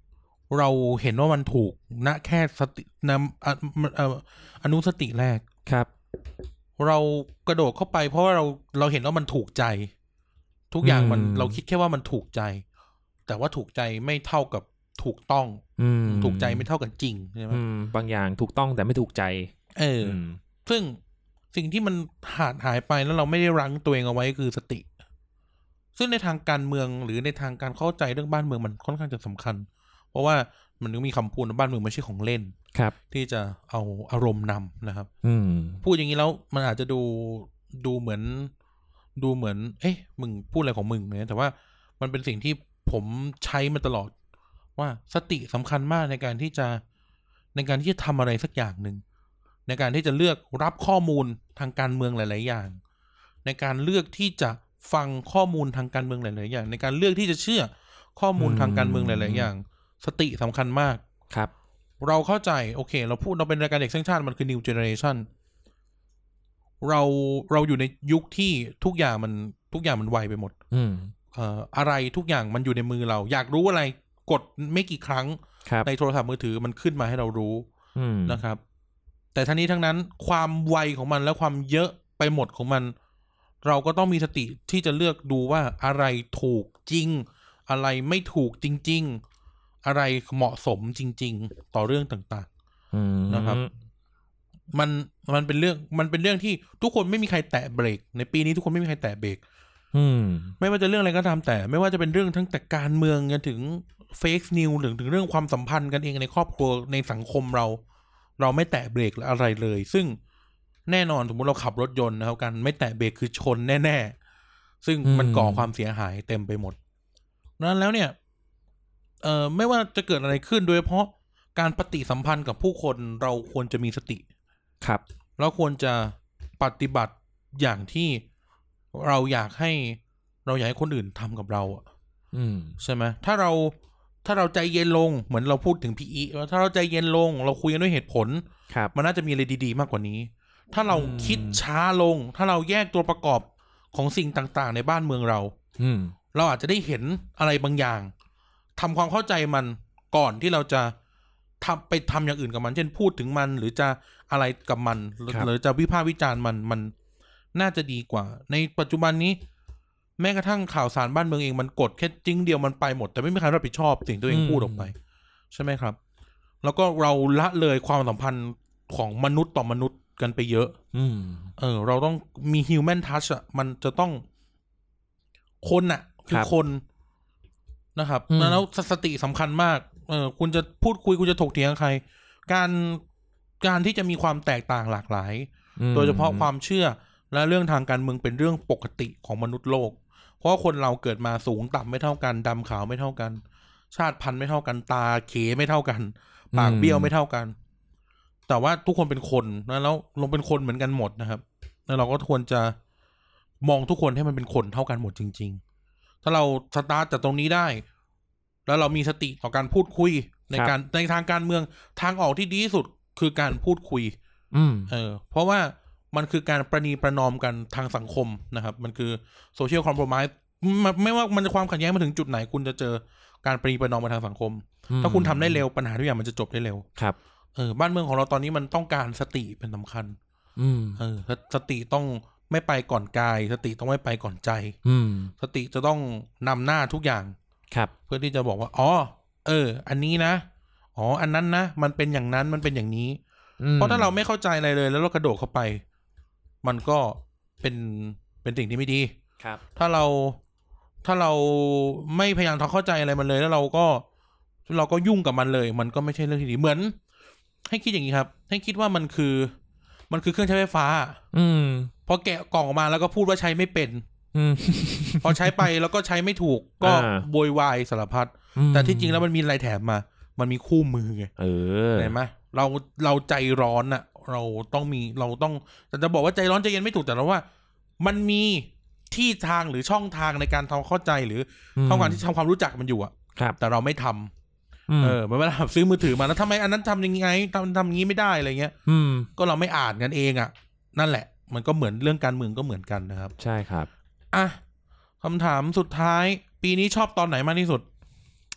เราเห็นว่ามันถูกณแค่สตินำอนุสติแรกครับเรากระโดดเข้าไปเพราะว่าเราเราเห็นว่ามันถูกใจทุกอย่างมันเราคิดแค่ว่ามันถูกใจแต่ว่าถูกใจไม่เท่ากับถูกต้องถูกใจไม่เท่ากันจริงใช่ไหมบางอย่างถูกต้องแต่ไม่ถูกใจเออซึ่งสิ่งที่มันหายหายไปแล้วเราไม่ได้รั้งตัวเองเอาไว้คือสติซึ่งในทางการเมืองหรือในทางการเข้าใจเรื่องบ้านเมืองมันค่อนข้างจะสำคัญเพราะว่ามันมีคำพูดว่าบ้านเมืองไม่ใช่ของเล่นที่จะเอาอารมณ์นำนะครับพูดอย่างนี้แล้วมันอาจจะดูดูเหมือนดูเหมือนเอ๊ะมึงพูดอะไรของมึงเนี่ยแต่ว่ามันเป็นสิ่งที่ผมใช้มาตลอดว่าสติสำคัญมากในการที่จะในการที่จะทำอะไรสักอย่างหนึ่งในการที่จะเลือกรับข้อมูลทางการเมืองหลายๆอย่างในการเลือกที่จะฟังข้อมูลทางการเมืองหลายๆอย่างในการเลือกที่จะเชื่อข้อมูลทางการเมืองหลายๆอย่างสติสำคัญมากครับเราเข้าใจโอเคเราพูดเราเป็นรายการเด็กสร้างชาติมันคือ new generation เราเราอยู่ในยุคที่ทุกอย่างมันทุกอย่างมันไวไปหมดเอ่ออะไรทุกอย่างมันอยู่ในมือเราอยากรู้อะไรกดไม่กี่ครั้งในโทรศัพท์มือถือมันขึ้นมาให้เรารู้นะครับแต่ทั้งนี้ทั้งนั้นความไวของมันและความเยอะไปหมดของมันเราก็ต้องมีสติที่จะเลือกดูว่าอะไรถูกจริงอะไรไม่ถูกจริงๆอะไรเหมาะสมจริงๆต่อเรื่องต่างๆนะครับมันมันเป็นเรื่องมันเป็นเรื่องที่ทุกคนไม่มีใครแตะเบรกในปีนี้ทุกคนไม่มีใครแตะเบรกไม่ว่าจะเรื่องอะไรก็ตามแต่ไม่ว่าจะเป็นเรื่องทั้งแต่การเมืองจนถึงเฟกนิวหรือถึงเรื่องความสัมพันธ์กันเองในครอบครัวในสังคมเราเราไม่แตะเบรกอะไรเลยซึ่งแน่นอนสมมติเราขับรถยนต์นะครับการไม่แตะเบรกคือชนแน่ๆซึ่งมันก่อความเสียหายเต็มไปหมดนั้นแล้วเนี่ยเอ่อไม่ว่าจะเกิดอะไรขึ้นโดยเฉพาะการปฏิสัมพันธ์กับผู้คนเราควรจะมีสติครับเราควรจะปฏิบัติอย่างที่เราอยากให้เราอยากให้คนอื่นทำกับเราอ่ะใช่ไหมถ้าเราถ้าเราใจเย็นลงเหมือนเราพูดถึงพีอีถ้าเราใจเย็นลงเราคุยกันด้วยเหตุผลมันน่าจะมีอะไรดีๆมากกว่านี้ถ้าเราคิดช้าลงถ้าเราแยกตัวประกอบของสิ่งต่างๆในบ้านเมืองเราเราอาจจะได้เห็นอะไรบางอย่างทำความเข้าใจมันก่อนที่เราจะทำไปทำอย่างอื่นกับมันเช่นพูดถึงมันหรือจะอะไรกับมันหรือจะวิพากษ์วิจารณ์มันมันน่าจะดีกว่าในปัจจุบันนี้แม้กระทั่งข่าวสารบ้านเมืองเองมันกดแค่จิ้งเดียวมันไปหมดแต่ไม่มีใครรับผิดชอบสิ่งตัวเองพูดออกไปใช่ไหมครับแล้วก็เราละเลยความสัมพันธ์ของมนุษย์ต่อมนุษย์กันไปเยอะเออเราต้องมี human touch อ่ะมันจะต้องคนอ่ะคือคนนะครับแล้วสติสำคัญมากเออคุณจะพูดคุยคุณจะถกเถียงกับใครการการที่จะมีความแตกต่างหลากหลายโดยเฉพาะความเชื่อและเรื่องทางการเมืองเป็นเรื่องปกติของมนุษย์โลกเพราะคนเราเกิดมาสูงต่ำไม่เท่ากันดำขาวไม่เท่ากันชาติพันธุ์ไม่เท่ากันตาเขไม่เท่ากันปากเบี้ยวไม่เท่ากันแต่ว่าทุกคนเป็นคนนะแล้วลงเป็นคนเหมือนกันหมดนะครับแล้วเราก็ควรจะมองทุกคนให้มันเป็นคนเท่ากันหมดจริงๆถ้าเราสตาร์ทจากตรงนี้ได้แล้วเรามีสติต่อการพูดคุยในการในทางการเมืองทางออกที่ดีที่สุดคือการพูดคุยเออเพราะว่ามันคือการประนีประนอมกันทางสังคมนะครับมันคือโซเชียลคอมโพรไมซ์ไม่ว่ามันจะความขัดแย้งมาถึงจุดไหนคุณจะเจอการประนีประนอมมาทางสังคมถ้าคุณทำได้เร็วปัญหาทุกอย่างมันจะจบได้เร็วครับเออบ้านเมืองของเราตอนนี้มันต้องการสติเป็นสำคัญเออสติต้องไม่ไปก่อนกายสติต้องไม่ไปก่อนใจสติจะต้องนำหน้าทุกอย่างครับเพื่อที่จะบอกว่าอ๋อเอออันนี้นะอ๋ออันนั้นนะมันเป็นอย่างนั้นมันเป็นอย่างนี้เพราะถ้าเราไม่เข้าใจอะไรเลยแล้วเรากระโดดเข้าไปมันก็เป็นเป็นสิ่งที่ไม่ดีครับถ้าเราถ้าเราไม่พยายามทำเข้าใจอะไรมันเลยแล้วเราก็เราก็ยุ่งกับมันเลยมันก็ไม่ใช่เรื่องที่ดีเหมือนให้คิดอย่างนี้ครับให้คิดว่ามันคือมันคือเครื่องใช้ไฟฟ้าอืมพอแกะกล่องออกมาแล้วก็พูดว่าใช้ไม่เป็นพอใช้ไปแล้วก็ใช้ไม่ถูกก็โวยวายสารพัดแต่ที่จริงแล้วมันมีอะไรแถมมามันมีคู่มือไงเออเห็นไหมเราเราใจร้อนอะเราต้องมีเราต้องแต่จะบอกว่าใจร้อนใจเย็นไม่ถูกแต่เราว่ามันมีที่ทางหรือช่องทางในการทำเข้าใจหรือช่องทางที่ทำความรู้จักมันอยู่อะแต่เราไม่ทำเออเหมือนเวลาซื้อมือถือมาแล้วทำไมอันนั้นทำยังไงทำทำอย่างนี้ไม่ได้อะไรเงี้ยก็เราไม่อ่านกันเองอะนั่นแหละมันก็เหมือนเรื่องการเมืองก็เหมือนกันนะครับใช่ครับอ่ะคำถามสุดท้ายปีนี้ชอบตอนไหนมากที่สุด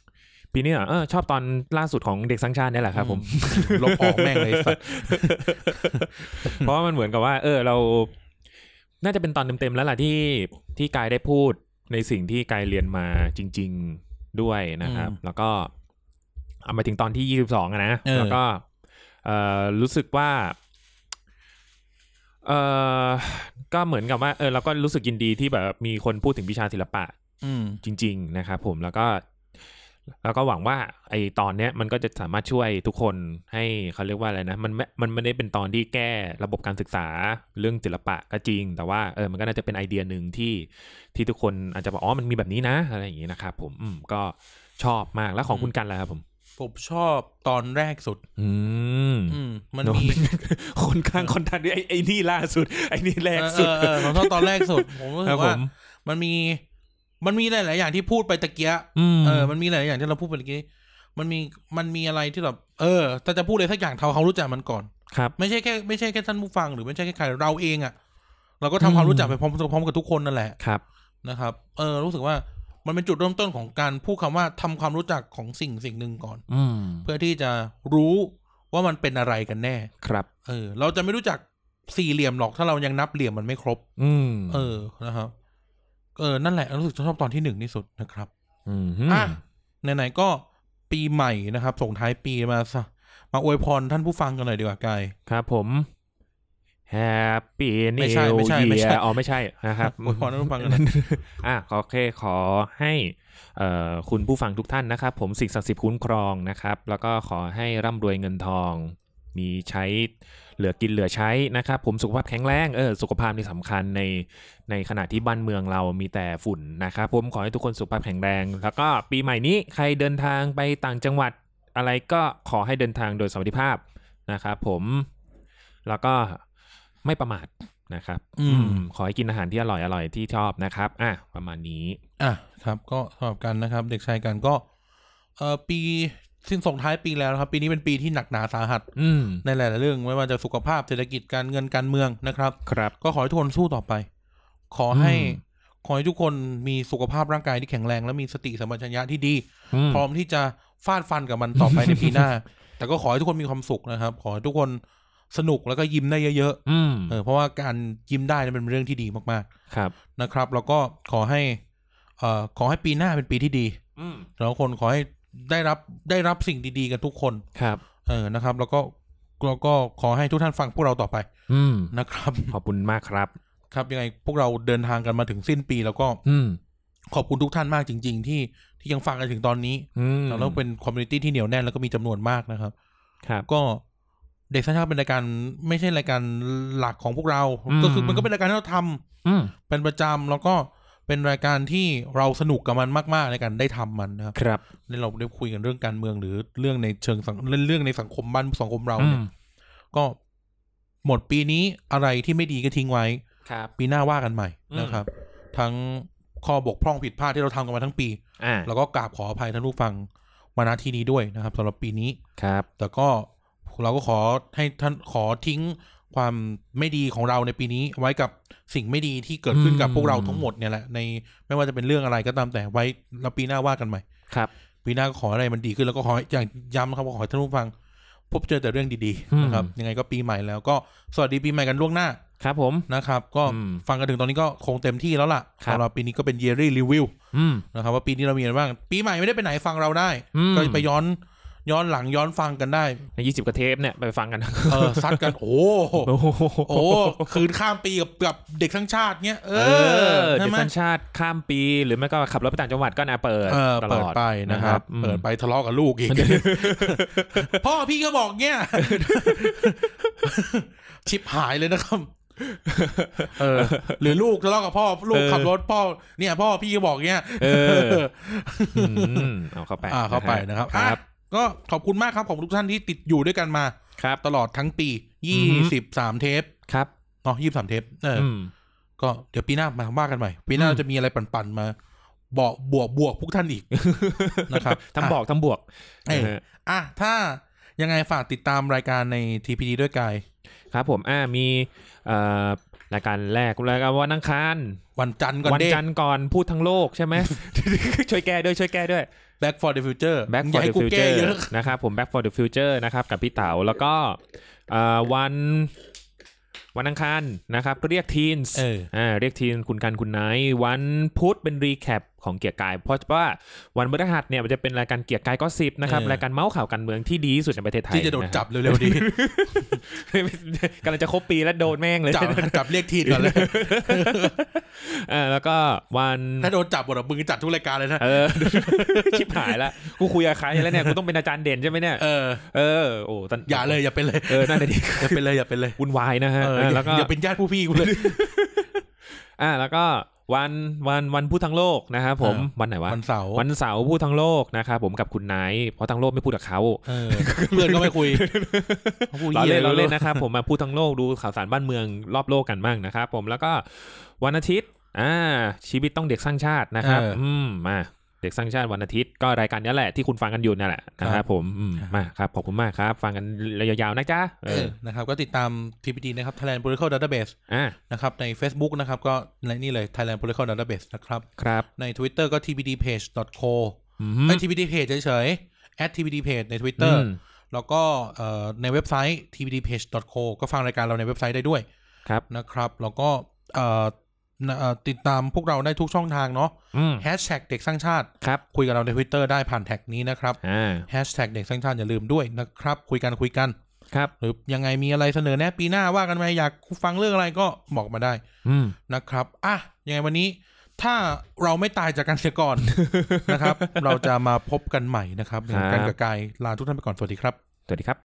ปีนี้เออชอบตอนล่าสุดของเด็กสร้างชาตินี่แหละครับผมลบออกแม่งเลยสัตว์เพราะมันเหมือนกับว่าเออเราน่าจะเป็นตอนเต็มๆแล้วล่ะที่ที่กายได้พูดในสิ่งที่กายเรียนมาจริงๆด้วยนะครับแล้วก็เอามาถึงตอนที่ยี่สิบสองอะนะแล้วก็เอ่อรู้สึกว่าเอ่อก็เหมือนกับว่าเออเราก็รู้สึกยินดีที่แบบมีคนพูดถึงวิชาศิลปะจริงๆนะครับผมแล้วก็แล้วก็หวังว่าไอ้ตอนเนี้ยมันก็จะสามารถช่วยทุกคนให้เขาเรียกว่าอะไรนะมันมันไม่ได้เป็นตอนที่แก้ระบบการศึกษาเรื่องศิลปะก็จริงแต่ว่าเออมันก็น่าจะเป็นไอเดียนึงที่ที่ทุกคนอาจจะบอกอ๋อมันมีแบบนี้นะอะไรอย่างงี้นะครับผมอืมก็ชอบมากแล้วของคุณกันล่ะครับผมผมชอบตอนแรกสุดอืมอืมมันมีคนข้างคนทันด้วยไอ้ไอ้นี่ล่าสุดไอ้นี่แรกสุดเออผมชอบตอนแรกสุดผมรู้สึกว่ามันมีมันมีหลายๆอย่างที่พูดไปตะเกียเออมันมีหลายๆอย่างที่เราพูดไปตะกี้มันมีมันมีอะไรที่แบบเออถ้าจะพูดเลยสักอย่างเท่าเขารู้จักมันก่อนครับไม่ใช่แค่ไม่ใช่แค่ท่านผู้ฟังหรือไม่ใช่แค่ใครเราเองอ่ะเราก็ทำความรู้จักไปพร้อมพร้อมกับทุกคนนั่นแหละครับนะครับเออรู้สึกว่ามันเป็นจุดเริ่มต้นของการพูดคำว่าทำความรู้จักของสิ่งสิ่งหนึ่งก่อนเพื่อที่จะรู้ว่ามันเป็นอะไรกันแน่ครับเออเราจะไม่รู้จักสี่เหลี่ยมหรอกถ้าเรายังนับเหลี่ยมมันไม่ครบเออนะครับเออนั่นแหละรู้สึกชอบตอนที่หนึ่งที่สุดนะครับอ่ะไหนๆก็ปีใหม่นะครับส่งท้ายปีมามาอวยพรท่านผู้ฟังกันหน่อยดีกว่ากายครับผมHappy New Year อ๋อไม่ใช่นะครับอวยพรท่านผู้ฟังกันอ่ะขอแค่ขอให้เอ่อคุณผู้ฟังทุกท่านนะครับผมสิ่งศักดิ์สิทธิ์คุ้มครองนะครับแล้วก็ขอให้ร่ำรวยเงินทองมีใช้เหลือกินเหลือใช้นะครับผมสุขภาพแข็งแรงเออสุขภาพนี่สำคัญในในขณะที่บ้านเมืองเรามีแต่ฝุ่นนะครับผมขอให้ทุกคนสุขภาพแข็งแรงแล้วก็ปีใหม่นี้ใครเดินทางไปต่างจังหวัดอะไรก็ขอให้เดินทางโดยสวัสดิภาพนะครับผมแล้วก็ไม่ประมาทนะครับอืมขอให้กินอาหารที่อร่อยอร่อยที่ชอบนะครับอ่ะประมาณนี้อ่ะครับก็สำหรับกันนะครับเด็กชายกันก็เอ่อปีสิ้นส่งท้ายปีแล้วนะครับปีนี้เป็นปีที่หนักหนาสาหัสในหลายๆเรื่องไม่ว่าจะสุขภาพเศรษฐกิจการเงินการเมืองนะครับครับก็ขอให้ทุกคนสู้ต่อไปขอให้ขอให้ทุกคนมีสุขภาพร่างกายที่แข็งแรงและมีสติสัมปชัญญะที่ดีพร้อมที่จะฟาดฟันกับมันต่อไปในปีหน้าแต่ก็ขอให้ทุกคนมีความสุขนะครับขอให้ทุกคนสนุกแล้วก็ยิ้มได้เยอะๆเออเพราะว่าการยิ้มได้เป็นเรื่องที่ดีมากๆครับนะครับแล้วก็ขอให้เอ่อขอให้ปีหน้าเป็นปีที่ดีแล้วคนขอให้ได้รับได้รับสิ่งดีๆกันทุกคนครับเออนะครับแล้วก็แล้วก็ขอให้ทุกท่านฟังพวกเราต่อไปนะครับขอบคุณมากครับครับยังไงพวกเราเดินทางกันมาถึงสิ้นปีแล้วก็ขอบคุณทุกท่านมากจริงๆที่ที่ยังฟังกันถึงตอนนี้แล้วเป็นคอมมูนิตี้ที่เหนียวแน่นแล้วก็มีจำนวนมากนะครับครับก็เด็กสร้างชาติเป็นรายการไม่ใช่รายการหลักของพวกเราก็คือมันก็เป็นรายการที่เราทำเป็นประจำแล้วก็เป็นรายการที่เราสนุกกับมันมากๆในการได้ทำมันนะครับครับในเราได้คุยกันเรื่องการเมืองหรือเรื่องในเชิงสังเรื่องเรื่องในสังคมบ้านสังคมเราเนี่ยก็หมดปีนี้อะไรที่ไม่ดีก็ทิ้งไว้ปีหน้าว่ากันใหม่นะครับทั้งข้อบกพร่องผิดพลาดที่เราทำกันมาทั้งปีแล้วก็กราบขออภัยท่านผู้ฟังมาณที่นี้ด้วยนะครับสำหรับปีนี้ครับแต่ก็เราก็ขอให้ท่านขอทิ้งความไม่ดีของเราในปีนี้ไว้กับสิ่งไม่ดีที่เกิดขึ้นกับพวกเราทั้งหมดเนี่ยแหละในไม่ว่าจะเป็นเรื่องอะไรก็ตามแต่ไว้แล้วปีหน้าว่ากันใหม่ครับปีหน้าก็ขออะไรมันดีขึ้นแล้วก็ขออย่างย้ำครับขอให้ท่านผู้ฟังพบเจอแต่เรื่องดีๆนะครับยังไงก็ปีใหม่แล้วก็สวัสดีปีใหม่กันล่วงหน้าครับผมนะครับก็ฟังกันถึงตอนนี้ก็คงเต็มที่แล้วล่ะสำหรับปีนี้ก็เป็น yearly review นะครับว่าปีนี้เรามีอะไรบ้างปีใหม่ไม่ได้ไปไหนฟังเราได้ก็ไปย้อนย้อนหลังย้อนฟังกันได้ในยี่สิบกว่าเทปเนี่ยไปฟังกันเออซัดกันโอ้โหคืนข้ามปีกับกับเด็กทั้งชาติเนี้ยเออเด็กทั้งชาติข้ามปีหรือไม่ก็ขับรถไปต่างจังหวัดก็น่าเปิดตลอดไปนะครับเปิดไปทะเลาะกับลูกอีกพ่อพี่ก็บอกเนี้ยชิบหายเลยนะครับเออหรือลูกทะเลาะกับพ่อลูกขับรถพ่อเนี่ยพ่อพี่ก็บอกเนี้ยเออเอาเข้าไปอ่าเข้าไปนะครับก็ขอบคุณมากครับขอบคุณทุกท่านที่ติดอยู่ด้วยกันมาครับตลอดทั้งปียี่สิบสามเทปครับเนาะยี่สิบสามเทปเออก็เดี๋ยวปีหน้ามาว่ากันใหม่ปีหน้าจะมีอะไรปั่นๆมาบอกบวกบวกพวกท่านอีกนะครับทั้งบอกทั้งบวกเอออ่ะถ้ายังไงฝากติดตามรายการใน ที พี ดี ด้วยกายครับผมอ่ามีเอ่อรายการแรกรายการวันอังคารวันจันทร์ก่อนวันจันทร์ก่อนพูดทั้งโลกใช่ไหม ช่วยแก้ด้วยช่วยแก้ด้วย Back for the Future Back for the Future นะครับผม Back for the Future นะครับกับพี่เต๋าแล้วก็วันวันอังคารนะครับเรียกทีนส์อ่าเรียกทีนคุณกันคุณไนท์วันพุธเป็นรีแคปของเกียร์กายเพราะว่าวันพฤหัสเนี่ยมันจะเป็นรายการเกียร์กายก็สิบนะครับรายการเมาส์ข่าวการเมืองที่ดีที่สุดในประเทศไทยที่จะโดนจับเร็วๆนี้กำลังจะครบปีแล้วโดนแม่งเลยจับจับเรียกทีนก่อนเลยอ่าแล้วก็วันถ้าโดนจับหมดมึงจัดทุกรายการเลยนะเออชิบหายแล้วกูคุยกับใครแล้วเนี่ยกูต้องเป็นอาจารย์เด่นใช่ไหมเนี่ยเออเออโอ้อย่าเลยอย่าเป็นเลยเออนั่นเลยดิอย่าเป็นเลยอย่าเป็นเลยวุ่นวายนะฮะแล้วก็อย่าเป็นญาติผู้พี่กูเลยอ่าแล้วก็วันวันวันพูดทั้งโลกนะครับผมวันไหนวะวันเสาร์วันเสาร์พูดทั้งโลกนะครับผมกับคุณไนท์เพราะทั้งโลกไม่พูดกับเขาเพื่อนก็ไม่คุยเราเล่นเราเล่นนะครับผมมาพูดทั้งโลกดูข่าวสารบ้านเมืองรอบโลกกันบ้างนะครับผมแล้วก็วันอาทิตย์อ่าชีวิตต้องเด็กสร้างชาตินะครับอืมมาเด็กสร้างชาติวันอาทิตย์ก็รายการนี้แหละที่คุณฟังกันอยู่นั่นแหละนะครับผมมาครับขอบคุณมากครับฟังกันยาวๆนะจ๊ะเออนะครับก็ติดตาม ที พี ดี นะครับ Thailand Political Database อ่านะครับใน Facebook นะครับก็ในนี่เลย Thailand Political Database นะครับครับใน Twitter ก็ ที พี ดี เพจ ดอท โค ไม่ ที พี ดี Page เฉยๆ แอท ที พี ดี Page ใน Twitter แล้วก็ในเว็บไซต์ ที พี ดี เพจ ดอท โค ก็ฟังรายการเราในเว็บไซต์ได้ด้วยครับนะครับแล้วก็ติดตามพวกเราได้ทุกช่องทางเนาะแฮชแท็กเด็กสร้างชาติคุยกับเราใน Twitter ได้ผ่านแท็กนี้นะครับแฮชแท็กเด็กสร้างชาติอย่าลืมด้วยนะครับคุยกันคุยกันครับหรือยังไงมีอะไรเสนอแนะปีหน้าว่ากันไหมอยากฟังเรื่องอะไรก็บอกมาได้นะครับอ่ะยังไงวันนี้ถ้าเราไม่ตายจากการเสียก่อน นะครับเราจะมาพบกันใหม่นะครับในการกับกายลาทุกท่านไปก่อนสวัสดีครับสวัสดีครับ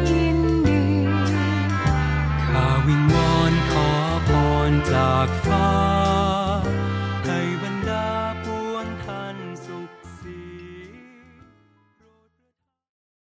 จากฟ้า